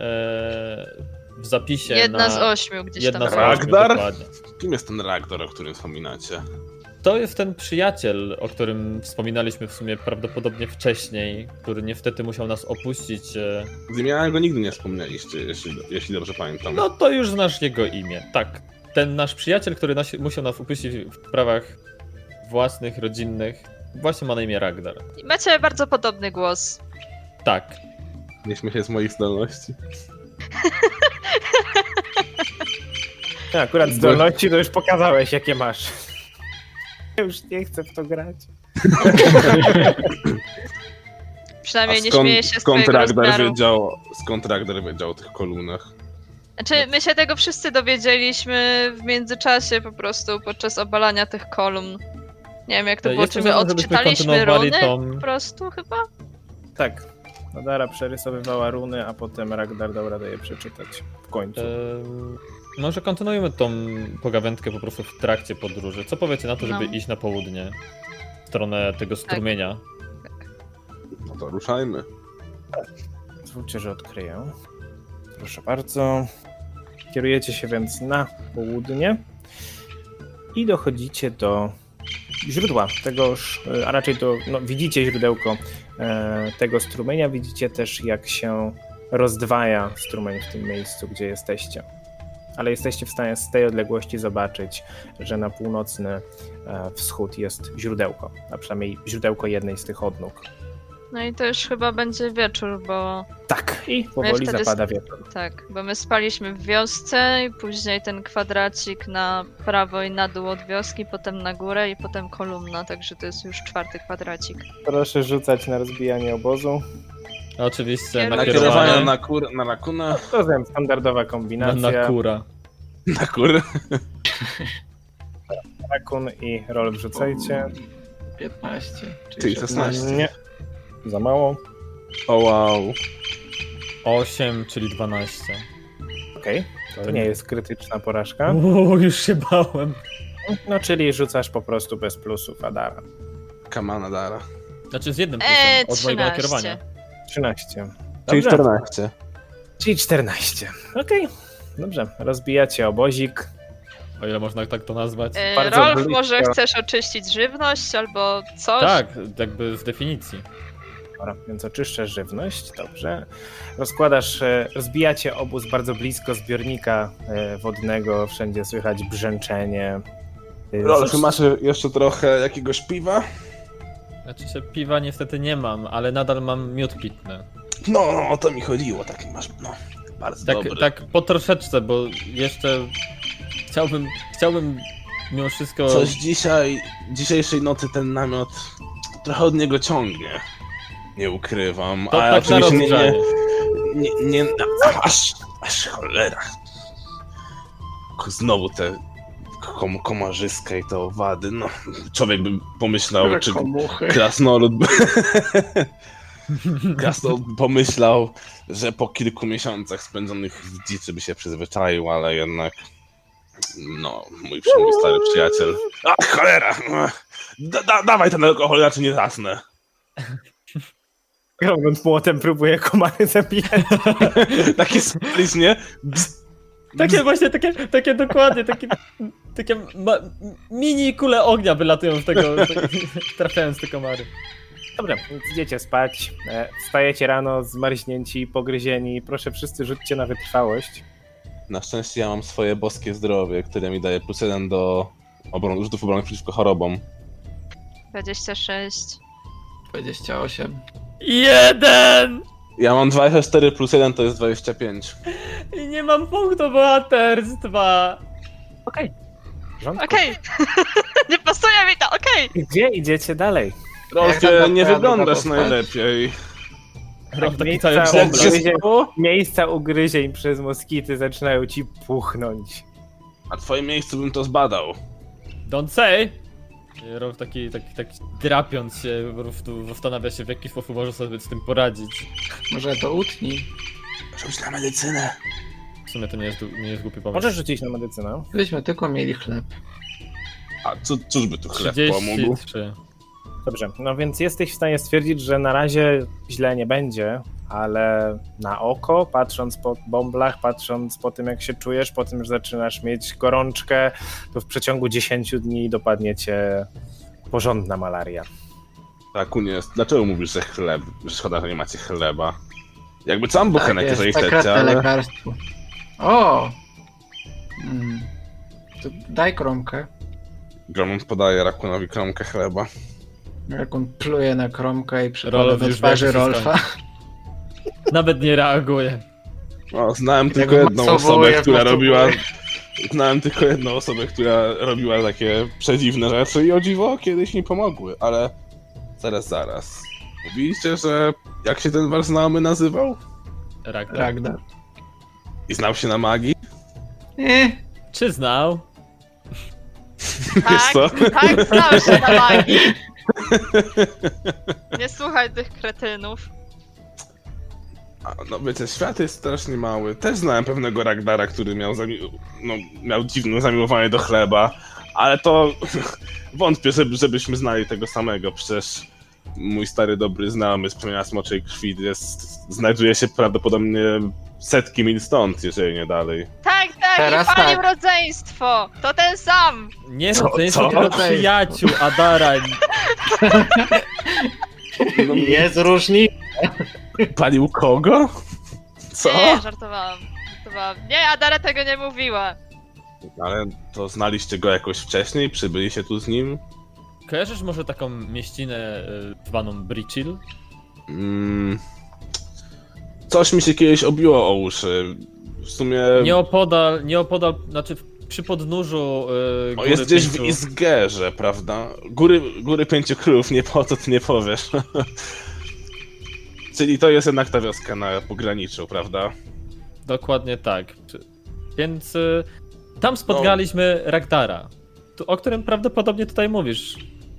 A: e, w zapisie
E: Jedna
A: na...
E: z ośmiu gdzieś
A: Jedna
E: tam.
A: z
E: była.
A: ośmiu,
D: Ragdar?
A: dokładnie.
D: Kim jest ten Ragdar, o którym wspominacie?
A: To jest ten przyjaciel, o którym wspominaliśmy w sumie prawdopodobnie wcześniej, który niestety musiał nas opuścić. e,
D: Z imienia go nigdy nie wspomnieliście, jeśli, jeśli dobrze pamiętam.
A: No to już znasz jego imię. Tak. Ten nasz przyjaciel, który nas, musiał nas opuścić w sprawach własnych, rodzinnych, właśnie ma na imię Ragdar.
E: I macie bardzo podobny głos.
A: Tak.
D: Nie śmiej się z moich zdolności.
B: Ja, akurat zdolności to już pokazałeś, jakie masz. Ja już nie chcę w to grać.
E: Przynajmniej
D: A
E: nie
D: skąd,
E: śmieje się z
D: skąd
E: twojego
D: Ragdar
E: rozmiaru.
D: wiedział, skąd Ragdar wiedział o tych kolumnach?
E: Znaczy, my się tego wszyscy dowiedzieliśmy w międzyczasie po prostu podczas obalania tych kolumn. Nie wiem jak to było,
A: Jestem
E: czy my
A: za tym, żebyśmy
E: odczytaliśmy
A: kontynuowali
E: runy
A: tą-
E: po prostu chyba?
B: Tak. Adara przerysowywała runy, a potem Ragdar dał radę je przeczytać w końcu.
A: Ehm, może kontynuujmy tą pogawędkę po prostu w trakcie podróży. Co powiecie na to, żeby
E: No.
A: iść na południe? W stronę tego strumienia.
D: No to ruszajmy.
B: Pozwólcie, że odkryję. Proszę bardzo. Kierujecie się więc na południe i dochodzicie do źródła tegoż, a raczej do, no, widzicie źródełko e, tego strumienia, widzicie też jak się rozdwaja strumień w tym miejscu, gdzie jesteście. Ale jesteście w stanie z tej odległości zobaczyć, że na północny e, wschód jest źródełko, a przynajmniej źródełko jednej z tych odnóg.
E: No i to już chyba będzie wieczór, bo
B: Tak, i powoli
E: wtedy
B: zapada
E: s-
B: wieczór.
E: tak, bo my spaliśmy w wiosce i później ten kwadracik na prawo i na dół od wioski, potem na górę i potem kolumna, także to jest już czwarty kwadracik.
B: Proszę rzucać na rozbijanie obozu.
A: Oczywiście
E: Kierunek.
A: nakierowanie
D: Nakierowania
A: na,
D: na, kur, na rakuna,
B: To jest standardowa
A: na,
B: kombinacja.
A: na kura.
D: na kur.
B: Rakun i rol wrzucajcie.
C: piętnaście.
D: Czyli szesnaście.
B: Nie. Za mało.
D: O wow.
A: osiem, czyli dwanaście.
B: Okej. To nie jest krytyczna porażka.
A: Uuu, już się bałem.
B: No czyli rzucasz po prostu bez plusów Adara.
D: Kamana Dara.
A: Znaczy z jednym plusem
E: Eee,
A: od mojego
E: trzynaście.
A: nakierowania.
B: trzynaście.
D: Czyli
B: Dobrze.
D: czternaście.
B: Czyli czternaście. Okej. Dobrze. Rozbijacie obozik.
A: O ile można tak to nazwać.
E: E,
B: Bardzo
E: Rolf,
B: blisko.
E: może chcesz oczyścić żywność albo coś?
A: Tak, jakby z definicji.
B: Dobra, więc oczyszczasz żywność, dobrze. Rozkładasz, e, rozbijacie obóz bardzo blisko zbiornika e, wodnego, wszędzie słychać brzęczenie. E,
D: Rolf, masz jeszcze trochę jakiegoś piwa?
A: Znaczy się piwa niestety nie mam, ale nadal mam miód pitny.
D: No, no, o to mi chodziło, taki masz, no, bardzo
A: Tak,
D: dobry.
A: tak po troszeczce, bo jeszcze chciałbym, chciałbym mimo wszystko...
D: Coś dzisiaj, dzisiejszej nocy ten namiot trochę od niego ciągnie. Nie ukrywam,
A: To
D: a
A: tak na
D: oczywiście nie,
A: rozgrzanie.
D: nie, nie, nie aż, aż cholera. Znowu te kom, komarzyska i te owady, no, człowiek by pomyślał, czy
C: Komuchy.
D: krasnolud by... Krasnolud pomyślał, że po kilku miesiącach spędzonych w dziczy by się przyzwyczaił, ale jednak... No, mój, przy- mój stary przyjaciel. A, cholera! Da, da, dawaj ten alkohol, raczej nie zasnę.
B: Gromgund młotem próbuje komary zabijać.
D: Taki splis, nie? Bzz,
A: Takie właśnie, takie, takie dokładnie, takie, takie ma, mini kule ognia wylatują z tego, trafiając te komary.
B: Dobra, więc idziecie spać. E, Wstajecie rano zmarznięci, pogryzieni. Proszę wszyscy rzućcie na wytrwałość.
D: Na szczęście ja mam swoje boskie zdrowie, które mi daje plus jeden do obron- rzutów obronnych przeciwko chorobom.
E: dwadzieścia sześć.
C: dwadzieścia osiem.
A: Jeden!
D: Ja mam dwadzieścia cztery plus jeden to jest dwadzieścia pięć.
A: I nie mam punktu bohaterstwa!
B: Okej. W porządku.
E: Okej. Nie pasuje mi to, okej.
B: Gdzie idziecie dalej?
D: Rolfie,
C: Jak
D: nie
C: tam
D: wyglądasz
C: twoja
D: najlepiej.
A: Rob taki
B: miejsca
A: cały
B: obok-
A: bąbel.
B: Gdzie-
D: Co?
B: Miejsca ugryzień przez moskity zaczynają ci puchnąć.
D: Na twoim miejscu bym to zbadał.
A: Don't say! Rob taki, taki, taki drapiąc się, po prostu zastanawia się, w jaki sposób może sobie z tym poradzić.
C: Może to utnij.
D: Rzuć na medycynę.
A: W sumie to nie jest, nie jest głupi pomysł.
B: Możesz rzucić na medycynę.
C: Gdybyśmy tylko mieli chleb.
D: A co, cóż by tu chleb
A: trzydzieści
D: pomógł?
A: trzy.
B: Dobrze, no więc jesteś w stanie stwierdzić, że na razie źle nie będzie, ale na oko, patrząc po bąblach, patrząc po tym, jak się czujesz, po tym, że zaczynasz mieć gorączkę, to w przeciągu dziesięciu dni dopadnie cię porządna malaria.
D: Tak, nie. Dlaczego mówisz, że chleb? Że szkoda, że nie macie chleba. Jakby sam buchenek,
C: jest,
D: jeżeli chcecie,
C: sekretne
D: ale...
C: lekarstwo. O! Mm. To daj kromkę.
D: Gromund podaje Rakunowi kromkę chleba.
C: Jak on pluje na kromkę i przypada
A: Rolf
C: do
A: już
C: twarzy
A: wie, jak się
C: Rolfa.
A: Nawet nie reaguje.
D: O, znałem tylko
C: go
D: jedną
C: masowuje,
D: osobę, która
C: masowuje.
D: robiła... Znałem tylko jedną osobę, która robiła takie przedziwne rzeczy i o dziwo kiedyś mi pomogły, ale... Zaraz, zaraz. Mówiliście, że... Jak się ten wasz znajomy nazywał?
A: Ragnar.
C: Ragnar.
D: I znał się na magii?
C: Eh,
A: Czy znał?
D: Wiesz
E: Tak,
D: co?
E: tak, znał się na magii. Nie słuchaj tych kretynów.
D: A, no wiecie, świat jest strasznie mały. Też znałem pewnego Ragnara, który miał, zami- no, miał dziwne zamiłowanie do chleba, ale to wątpię, żeby, żebyśmy znali tego samego. Przecież mój stary dobry znajomy z plemienia Smoczej Krwi jest, znajduje się prawdopodobnie setki mil stąd, jeżeli nie dalej.
E: Tak, tak,
C: Teraz
E: i palił
C: tak.
E: rodzeństwo. To ten sam.
A: Nie,
D: Co-
A: to jest
D: co?
A: tylko przyjaciół Adara.
D: No,
C: Jest różnica.
D: palił kogo? Co?
E: Nie, żartowałam. żartowałam. Nie, Adara tego nie mówiła.
D: Ale to znaliście go jakoś wcześniej? Przybyliście tu z nim?
A: Kojarzysz może taką mieścinę y, zwaną Brichill?
D: Mm, coś mi się kiedyś obiło o uszy. W sumie...
A: Nieopodal, nieopodal, znaczy przy podnóżu y,
D: O,
A: góry
D: jest gdzieś w
A: pięciu...
D: Isgerze, prawda? Góry, góry Pięciu Królów, nie po to ty nie powiesz. Czyli to jest jednak ta wioska na pograniczu, prawda?
A: Dokładnie tak. Więc y, tam spotkaliśmy Ragnara, tu- o którym prawdopodobnie tutaj mówisz.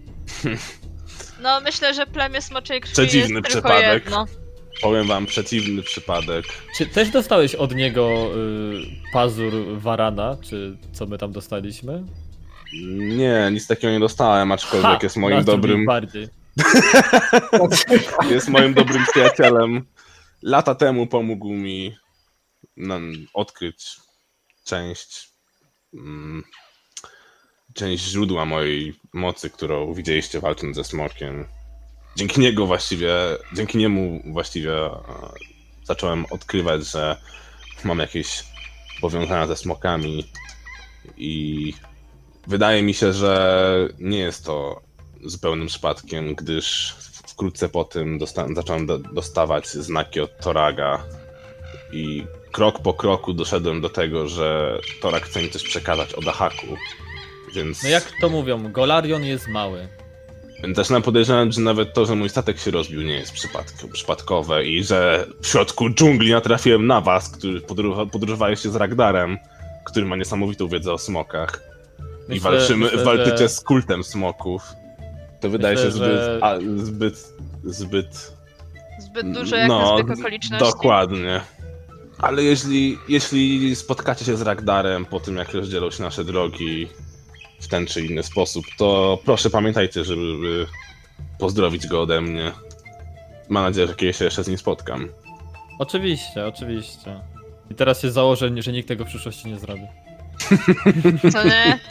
E: No, myślę, że plemię Smoczej Krwi
D: Przedziwny
E: jest tylko
D: przypadek.
E: jedno.
D: Powiem wam, przeciwny przypadek.
A: Czy też dostałeś od niego y, pazur Warana, czy co my tam dostaliśmy?
D: Nie, nic takiego nie dostałem, aczkolwiek jest moim
A: nas lubi
D: dobrym...
A: bardziej.
D: Jest moim dobrym przyjacielem. Lata temu pomógł mi no, odkryć część mm, część źródła mojej mocy, którą widzieliście walcząc ze smokiem. Dzięki niego właściwie, dzięki niemu właściwie e, zacząłem odkrywać, że mam jakieś powiązania ze smokami i wydaje mi się, że nie jest to zupełnym przypadkiem, gdyż wkrótce po tym dosta- zacząłem do- dostawać znaki od Toraga i krok po kroku doszedłem do tego, że Torag chce mi coś przekazać o Dahaku, więc...
A: No jak to mówią, Golarion jest mały.
D: Więc zaczynam podejrzewać, że nawet to, że mój statek się rozbił, nie jest przypadk- przypadkowe i że w środku dżungli natrafiłem na was, który podróż- podróżowaliście z Ragdarem, który ma niesamowitą wiedzę o smokach. I
A: Myślę-
D: walczymy,
A: myślę,
D: walczycie
A: że-
D: z kultem smoków. To wydaje
A: Myślę,
D: się zbyt,
A: że-
D: a, zbyt, zbyt...
E: Zbyt dużo jak na
D: no,
E: zbieg okoliczności.
D: dokładnie. Ale jeśli, jeśli spotkacie się z Ragdarem po tym, jak rozdzielą się nasze drogi w ten czy inny sposób, to proszę pamiętajcie, żeby pozdrowić go ode mnie. Mam nadzieję, że kiedyś się jeszcze z nim spotkam.
A: Oczywiście, oczywiście. I teraz się założę, że nikt tego w przyszłości nie zrobi.
E: Co nie?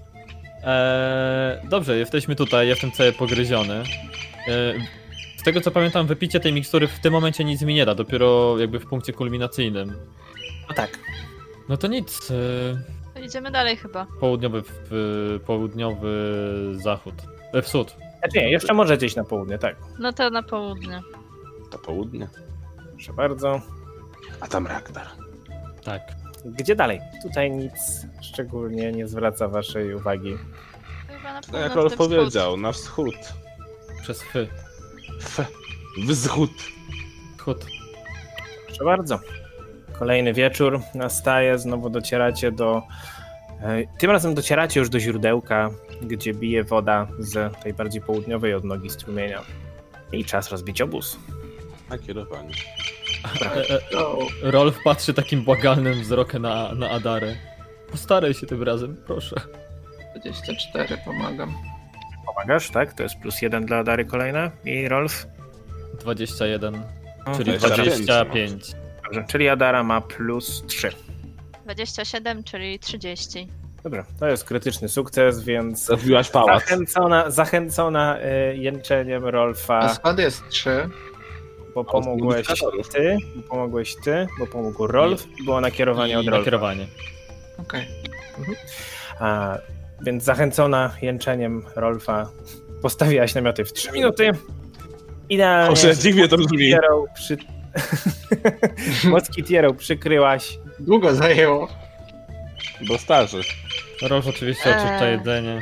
A: Eee, dobrze, jesteśmy tutaj, jestem cały pogryziony. Eee, z tego co pamiętam, wypicie tej mikstury w tym momencie nic mi nie da, dopiero jakby w punkcie kulminacyjnym.
B: No tak.
A: No to nic. Eee,
E: Idziemy dalej chyba.
A: południowy, w, południowy zachód. E, wschód.
B: Znaczy nie, jeszcze możecie iść na południe, tak.
E: No to na południe.
D: To południe.
B: Proszę bardzo.
D: A tam Ragdar.
A: Tak.
B: Gdzie dalej? Tutaj nic szczególnie nie zwraca waszej uwagi.
E: Chyba na
D: Tak
E: północ,
D: jak Rolf
E: wschód.
D: powiedział, na wschód.
A: Przez fy.
D: F. Wschód.
A: Wschód.
B: Proszę bardzo. Kolejny wieczór nastaje, znowu docieracie do... e, Tym razem docieracie już do źródełka, gdzie bije woda z tej bardziej południowej odnogi strumienia. I czas rozbić obóz.
D: Na kierowanie.
A: E, e,
C: To
A: Rolf patrzy takim błagalnym wzrokiem na, na Adarę. Postaraj się tym razem, proszę.
C: dwadzieścia cztery pomagam.
B: Pomagasz, tak? To jest plus jeden dla Dary kolejne. I Rolf?
A: dwadzieścia jeden, czyli
D: dwadzieścia pięć.
A: dwadzieścia pięć.
B: Dobrze, czyli Adara ma plus trzy.
E: dwadzieścia siedem, czyli trzydzieści.
B: Dobra, to jest krytyczny sukces, więc
D: Zabiłaś pałac.
B: zachęcona, zachęcona y, jęczeniem
C: A
B: Rolfa,
C: skąd jest trzy?
B: bo pomogłeś
D: modyfikatorów.
B: ty, bo pomogłeś ty, bo pomógł Rolf i było nakierowanie od
A: I
B: Rolfa.
A: nakierowanie.
C: Okej.
B: A, więc zachęcona jęczeniem Rolfa postawiłaś namioty w trzy minuty. Idealnie.
D: Boże, dziwnie to brzmi.
B: Moskitierą przy... Moskitierą przykryłaś.
C: Długo zajęło.
D: Bo starzy.
A: Rolf oczywiście
E: Eee.
A: oczyszcza jedzenie.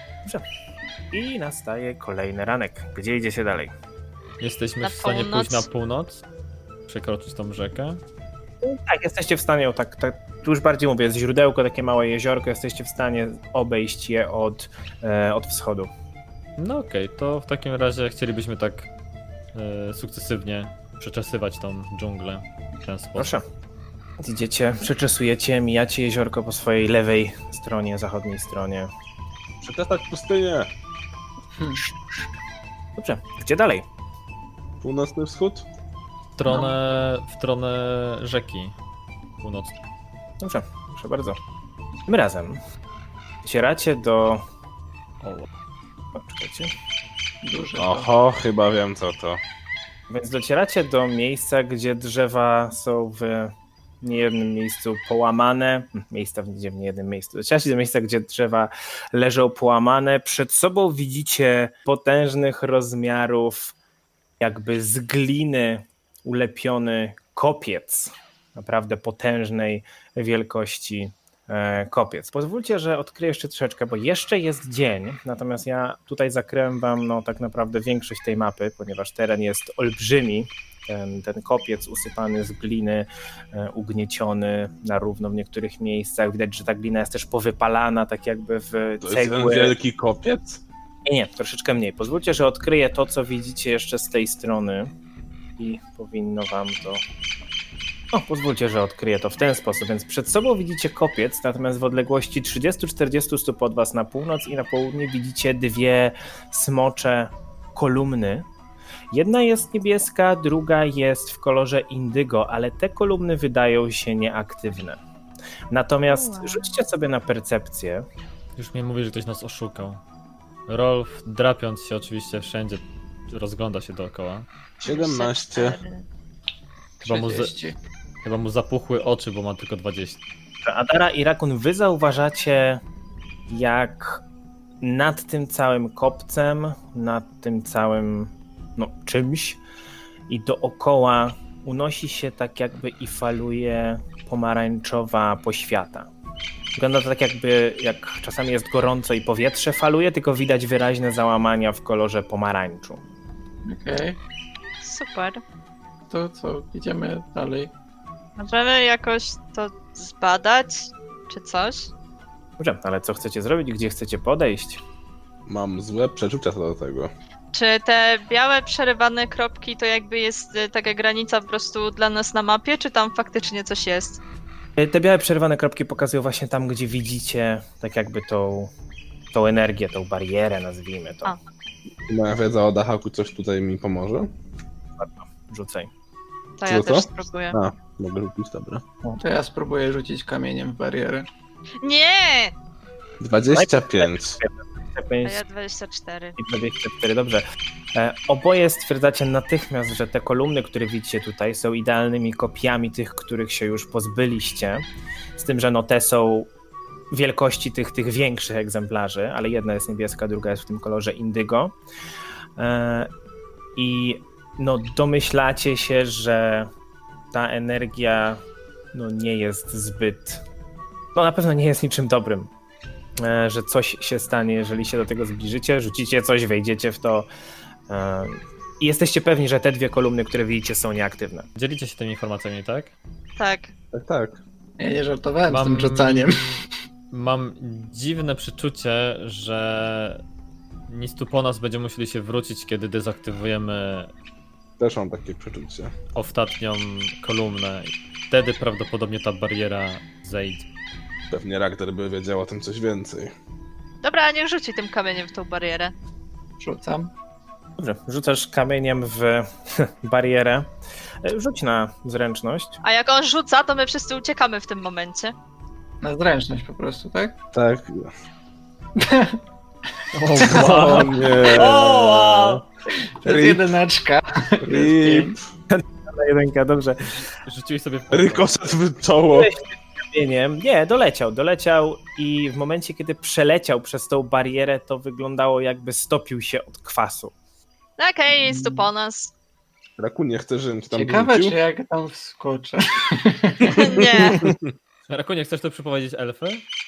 B: I nastaje kolejny ranek. Gdzie idzie się dalej?
A: Jesteśmy
E: Na
A: w stanie
E: północ.
A: pójść na północ, przekroczyć tą rzekę.
B: Tak, jesteście w stanie, tak, tak, tu już bardziej mówię, jest źródełko, takie małe jeziorko, jesteście w stanie obejść je od, e, od wschodu.
A: No okej, to w takim razie chcielibyśmy tak e, sukcesywnie przeczesywać tą dżunglę w ten sposób.
B: Proszę. Idziecie, przeczesujecie, mijacie jeziorko po swojej lewej stronie, zachodniej stronie.
D: Przetestać pustynię.
B: Dobrze, gdzie dalej?
D: Północny wschód?
A: W stronę, w stronę rzeki północnej.
B: Dobrze, proszę bardzo. Tym razem docieracie do... O, czekajcie.
C: Duży.
D: Oho, chyba wiem co to.
B: Więc docieracie do miejsca, gdzie drzewa są w niejednym miejscu połamane. Miejsca w w niejednym miejscu. Docieracie do miejsca, gdzie drzewa leżą połamane. Przed sobą widzicie potężnych rozmiarów, jakby z gliny ulepiony kopiec. Naprawdę potężnej wielkości e, kopiec. Pozwólcie, że odkryję jeszcze troszeczkę, bo jeszcze jest dzień, natomiast ja tutaj zakryłem wam no, tak naprawdę większość tej mapy, ponieważ teren jest olbrzymi. Ten, ten kopiec usypany z gliny, e, ugnieciony na równo w niektórych miejscach. Widać, że ta glina jest też powypalana, tak jakby w
D: To jest
B: cegły.
D: jeden wielki kopiec?
B: Nie, nie, troszeczkę mniej. Pozwólcie, że odkryję to, co widzicie jeszcze z tej strony i powinno wam to... O, pozwólcie, że odkryję to w ten sposób. Więc przed sobą widzicie kopiec, natomiast w odległości trzydzieści do czterdziestu stóp od was na północ i na południe widzicie dwie smocze kolumny. Jedna jest niebieska, druga jest w kolorze indygo, ale te kolumny wydają się nieaktywne. Natomiast
E: Wow.
B: rzućcie sobie na percepcję
A: Już mi mówi, że ktoś nas oszukał. Rolf, drapiąc się oczywiście wszędzie, rozgląda się dookoła.
D: siedemnaście.
A: Chyba mu, z...
C: trzydzieści.
A: Chyba mu zapuchły oczy, bo ma tylko dwadzieścia.
B: Adara i Rakun, wy zauważacie, jak nad tym całym kopcem, nad tym całym no, czymś i dookoła unosi się tak jakby i faluje pomarańczowa poświata. Wygląda to tak jakby, jak czasami jest gorąco i powietrze faluje, tylko widać wyraźne załamania w kolorze pomarańczu.
C: Okej,
E: Super.
C: to co, idziemy dalej.
E: Możemy jakoś to zbadać, czy coś?
B: Dobrze, ale co chcecie zrobić? Gdzie chcecie podejść?
D: Mam złe przeczucia co do tego.
E: Czy te białe przerywane kropki to jakby jest y, taka granica po prostu dla nas na mapie, czy tam faktycznie coś jest?
B: Te białe przerwane kropki pokazują właśnie tam, gdzie widzicie tak jakby tą, tą energię, tą barierę, nazwijmy to.
E: A.
D: Moja wiedza o Dahaku coś tutaj mi pomoże?
B: Rzucaj.
E: To
D: Co
E: ja
D: to?
E: też spróbuję.
D: A, mogę rzucić, dobra.
C: To ja spróbuję rzucić kamieniem w barierę.
E: Nie!
D: dwadzieścia pięć.
E: A ja dwadzieścia cztery.
B: I dwadzieścia cztery, dobrze. E, oboje stwierdzacie natychmiast, że te kolumny, które widzicie tutaj, są idealnymi kopiami tych, których się już pozbyliście. Z tym, że no te są wielkości tych, tych większych egzemplarzy, ale jedna jest niebieska, druga jest w tym kolorze indygo. E, I no domyślacie się, że ta energia no nie jest zbyt... No na pewno nie jest niczym dobrym. Że coś się stanie, jeżeli się do tego zbliżycie, rzucicie coś, wejdziecie w to i jesteście pewni, że te dwie kolumny, które widzicie, są nieaktywne.
A: Dzielicie się tymi informacjami, tak?
E: Tak.
D: Tak, tak.
C: Ja nie żartowałem
A: Mam-
C: z tym rzucaniem.
A: Mam dziwne przeczucie, że nic tu po nas będziemy musieli się wrócić, kiedy dezaktywujemy
D: Też mam takie przeczucie.
A: ostatnią kolumnę. Wtedy prawdopodobnie ta bariera zejdzie.
D: Pewnie Ragnar by wiedział o tym coś więcej.
E: Dobra, niech rzuci tym kamieniem w tą barierę.
C: Rzucam.
B: Dobrze, rzucasz kamieniem w barierę. Rzuć na zręczność.
E: A jak on rzuca, to my wszyscy uciekamy w tym momencie.
C: Na zręczność po prostu, tak?
D: Tak.
A: O,
D: O nie.
A: O, wow.
C: To jest
D: Rip.
C: jedyneczka.
D: Rip.
B: Na jedynkę, dobrze.
A: Rzuciłeś sobie w
D: Rykoset w czoło.
B: Kamieniem. Nie, doleciał, doleciał i w momencie, kiedy przeleciał przez tą barierę, to wyglądało, jakby stopił się od kwasu.
E: Okej, okay, jest tu po nas.
D: Raku nie chce, żebym ci tam
C: Ciekawe,
D: wrócił.
C: czy jak tam wskoczę.
E: Nie.
A: Rakunie, chcesz tu przyprowadzić elfy?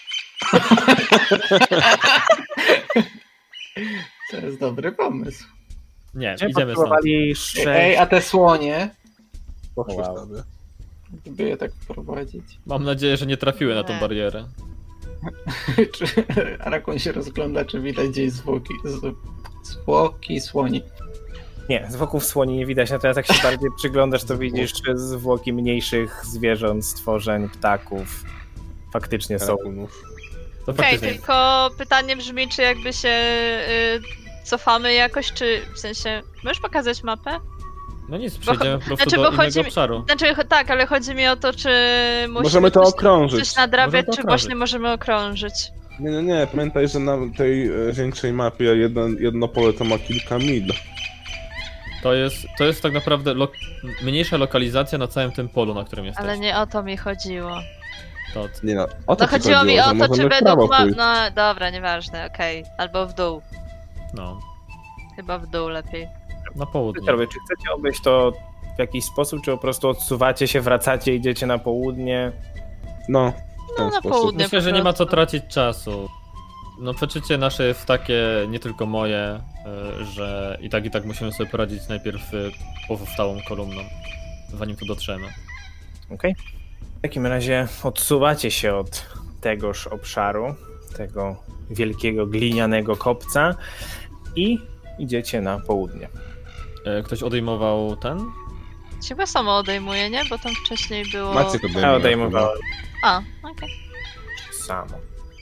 C: To jest dobry pomysł.
A: Nie,
B: Gdzie
A: idziemy stąd.
B: potrzebowali sześć...
C: Ej, a te słonie,
D: Poszły
B: Wow.
D: sobie.
C: gdyby je tak wprowadzić.
A: Mam nadzieję, że nie trafiły na tą
E: Nie.
A: barierę.
C: Czy Arakon się rozgląda, czy widać gdzieś zwłoki, z, zwłoki słoni.
B: Nie, zwłoków słoni nie widać, natomiast jak się bardziej przyglądasz, to widzisz zwłoki mniejszych zwierząt, stworzeń, ptaków. Faktycznie są.
D: Rakunów.
A: To
E: Okej,
A: faktycznie.
E: tylko pytanie brzmi, czy jakby się y, cofamy jakoś, czy w sensie... Możesz pokazać mapę?
A: No nic, przejdziemy po prostu
E: znaczy,
A: do
E: bo
A: innego
E: chodzi mi-
A: obszaru.
E: Znaczy, ch- tak, ale chodzi mi o to, czy musimy
D: Możemy to
E: coś,
D: okrążyć.
E: coś nadrabiać,
A: Możemy to
E: czy
A: okrążyć.
E: właśnie możemy okrążyć.
D: Nie, nie, nie. Pamiętaj, że na tej e, większej mapie jedno, jedno pole to ma kilka mil.
A: To jest, to jest tak naprawdę lo mniejsza lokalizacja na całym tym polu, na którym jesteśmy.
E: Ale nie o to mi chodziło.
A: To,
D: Nie no, o to
E: No
D: ci
E: chodziło mi
D: że
E: o to,
D: możemy
E: czy
D: w prawo
E: według ma...
D: pójść.
E: No dobra, nieważne, okej. Albo w dół.
A: no,
E: Chyba w dół lepiej.
A: na
B: Co
A: południe.
B: robię? Czy chcecie obejść to w jakiś sposób, czy po prostu odsuwacie się, wracacie, idziecie na południe?
D: No, w ten
E: No, na
D: sposób.
E: południe.
A: Myślę,
E: po
A: że nie ma co
E: prostu.
A: tracić czasu. No przeczucie nasze jest takie, nie tylko moje, y, że i tak i tak musimy sobie poradzić najpierw y, pozostałą kolumną, zanim tu dotrzemy.
B: Okej. W takim razie odsuwacie się od tegoż obszaru, tego wielkiego glinianego kopca i idziecie na południe.
A: Y, Ktoś odejmował ten?
E: Chyba samo odejmuje, nie? Bo tam wcześniej było...
D: Macie to
B: Ja odejmowałem
E: A, okej.
B: samo.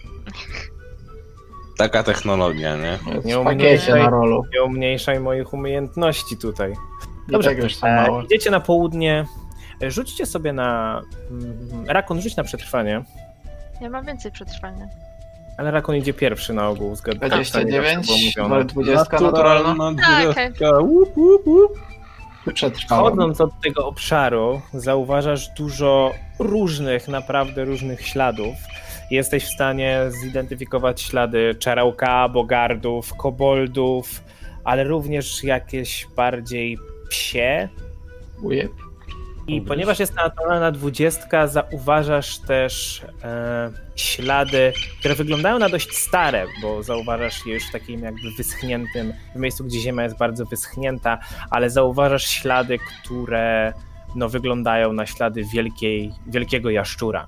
D: Taka technologia, nie?
B: Nie
C: W pakiecie
B: umniejszaj-
C: na rolu.
B: Nie umniejszaj moich umiejętności tutaj.
C: I
B: Dobrze,
C: tak już są
B: e,
C: mało.
B: idziecie na południe. E, Rzućcie sobie na... mm, Rakun, rzuć na przetrwanie.
E: Ja mam więcej przetrwania.
B: Ale Rakun idzie pierwszy na ogół. Zgadza
C: dwadzieścia dziewięć,
B: było
C: dwadzieścia naturalna.
E: Tak, okej.
D: Łup, łup, łup.
C: Przetrwałem.
B: Chodząc od tego obszaru, zauważasz dużo różnych, naprawdę różnych śladów. Jesteś w stanie zidentyfikować ślady czarałka, bogardów, koboldów, ale również jakieś bardziej psie.
C: Ujeb.
B: I ponieważ jest naturalna dwudziestka, zauważasz też e, ślady, które wyglądają na dość stare, bo zauważasz je już w takim jakby wyschniętym, w miejscu, gdzie ziemia jest bardzo wyschnięta, ale zauważasz ślady, które no, wyglądają na ślady wielkiej, wielkiego jaszczura.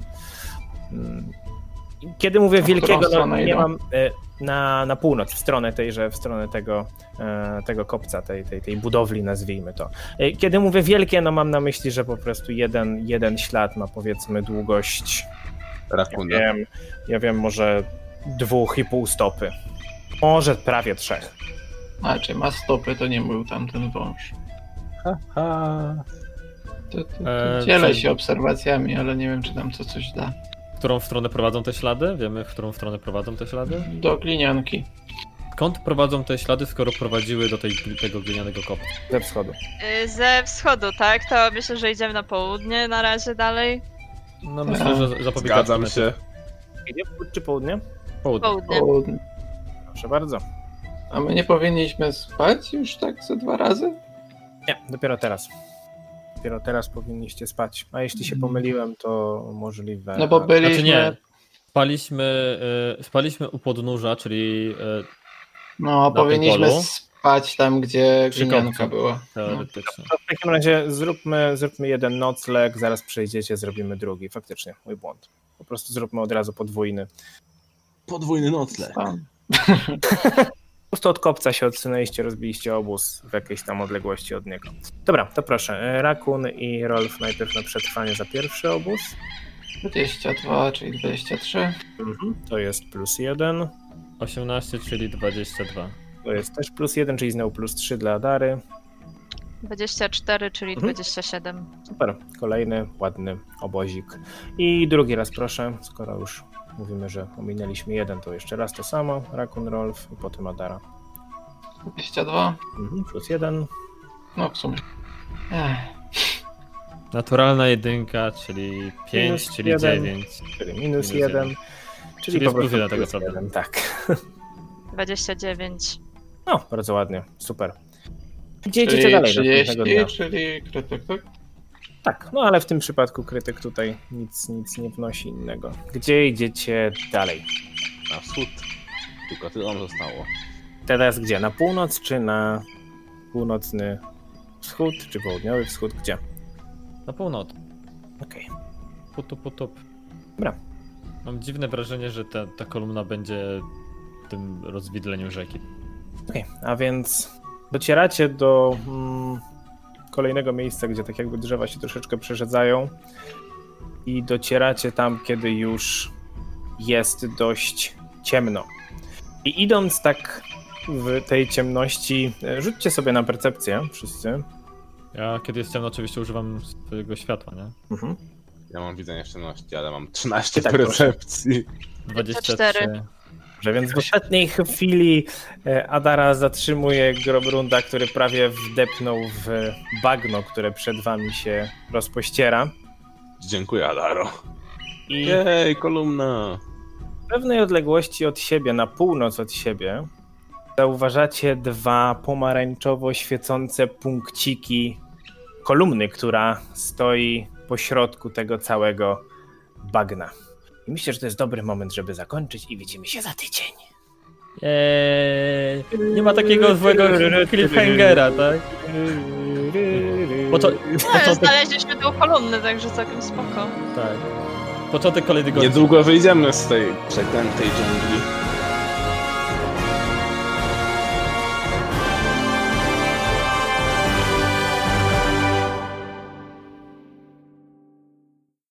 B: Kiedy mówię
C: A
B: wielkiego, no, nie
C: idą?
B: mam e, na, na północ, w stronę tejże, w stronę tego, e, tego kopca, tej, tej, tej budowli, nazwijmy to. E, kiedy mówię wielkie, no mam na myśli, że po prostu jeden, jeden ślad ma powiedzmy długość, ja
D: Rakuna.
B: wiem, ja wiem, może dwóch i pół stopy. Może prawie trzech.
C: A, czy ma stopy, to nie był tamten wąż.
D: Ha.
C: To, to, to
A: Eee,
C: dzielę
A: czy-
C: się obserwacjami, ale nie wiem, czy tam co coś da.
A: W którą stronę prowadzą te ślady? Wiemy, w którą stronę prowadzą te ślady?
C: Do glinianki.
A: Skąd prowadzą te ślady, skoro prowadziły do tej, tego glinianego kopca?
B: Ze wschodu.
E: Y, Ze wschodu, tak? To myślę, że idziemy na południe na razie dalej.
A: No myślę, że zapobiegaczmy
D: Zgadzam
A: na
D: się.
B: Idzie wschód czy południe?
A: południe.
E: Południe.
C: Południe.
B: Proszę bardzo.
C: A my nie powinniśmy spać już tak ze dwa razy?
B: Nie, dopiero teraz. Dopiero teraz powinniście spać. A jeśli się pomyliłem, to możliwe.
C: No bo byliśmy...
A: Znaczy nie, spaliśmy, y, spaliśmy u podnóża, czyli y,
C: No,
A: tym
C: powinniśmy
A: polu.
C: spać tam, gdzie
A: Przy
C: glinianka
A: kopcu.
C: była.
A: teoretycznie.
B: To w takim razie zróbmy, zróbmy jeden nocleg, zaraz przejdziecie, zrobimy drugi. Faktycznie, mój błąd. Po prostu zróbmy od razu podwójny.
D: Podwójny nocleg.
C: Tam.
B: Po prostu od kopca się odsunęliście, rozbiliście obóz w jakiejś tam odległości od niego. Dobra, to proszę. Rakun i Rolf najpierw na przetrwanie za pierwszy obóz.
C: dwadzieścia dwa, czyli dwadzieścia trzy.
B: Mhm. To jest plus jeden.
A: osiemnaście, czyli dwadzieścia dwa.
B: To jest też plus jeden, czyli znowu plus trzy dla Adary.
E: dwadzieścia cztery, czyli
B: Mhm.
E: dwadzieścia siedem.
B: Super. Kolejny, ładny obozik. I drugi raz proszę, skoro już mówimy, że ominęliśmy jeden, to jeszcze raz to samo. Rakun, Rolf i potem Adara.
C: dwadzieścia dwa.
B: Mhm. Plus jeden.
C: No w sumie. Ech.
A: Naturalna jedynka, czyli pięć,
B: Minus
A: czyli
B: jeden.
A: dziewięć.
B: Czyli minus
A: Minus
B: jeden.
A: jeden.
B: Czyli,
A: Czyli
B: po
A: jest
B: prostu
A: plus jeden tak
B: plus
A: naprawdę.
B: jeden, tak.
E: dwadzieścia dziewięć.
B: No, bardzo ładnie. Super. Gdzie idziecie
C: Czyli
B: dalej następnego dnia?
C: trzydzieści, czyli krytyk, tak?
B: Tak, no ale w tym przypadku krytyk tutaj nic, nic nie wnosi innego. Gdzie idziecie dalej?
D: Na wschód. Tylko tyle nam zostało.
B: Teraz gdzie? Na północ czy na północny wschód, czy południowy wschód? Gdzie?
A: Na północ.
B: Okej.
A: Putup, putup.
B: Dobra.
A: Mam dziwne wrażenie, że ta, ta kolumna będzie w tym rozwidleniu rzeki.
B: Okej, a więc docieracie do mm, kolejnego miejsca, gdzie tak jakby drzewa się troszeczkę przerzedzają i docieracie tam, kiedy już jest dość ciemno. I idąc tak w tej ciemności, e, rzućcie sobie na percepcję wszyscy.
A: Ja kiedy jest ciemno oczywiście używam swojego światła, nie?
B: Mhm.
D: Ja mam widzenie w ciemności, ale mam trzynaście
B: Tak,
D: percepcji.
A: dwadzieścia
E: cztery.
A: trzy.
B: Dobrze, więc w ostatniej chwili e, Adara zatrzymuje Grobrunda, który prawie wdepnął w bagno, które przed wami się rozpościera.
D: Dziękuję, Adaro.
B: I
D: Jej, kolumna.
B: w pewnej odległości od siebie, na północ od siebie, zauważacie dwa pomarańczowo świecące punkciki kolumny, która stoi po środku tego całego bagna. I myślę, że to jest dobry moment, żeby zakończyć i widzimy się za tydzień.
A: Eee, nie ma takiego złego cliffhangera, tak? Bo to,
E: No,
A: początek,
E: znaleźliśmy tą kolumnę, także całkiem spoko.
A: tak. Początek kolejnego
D: Niedługo wyjdziemy z tej przeklętej dżungli.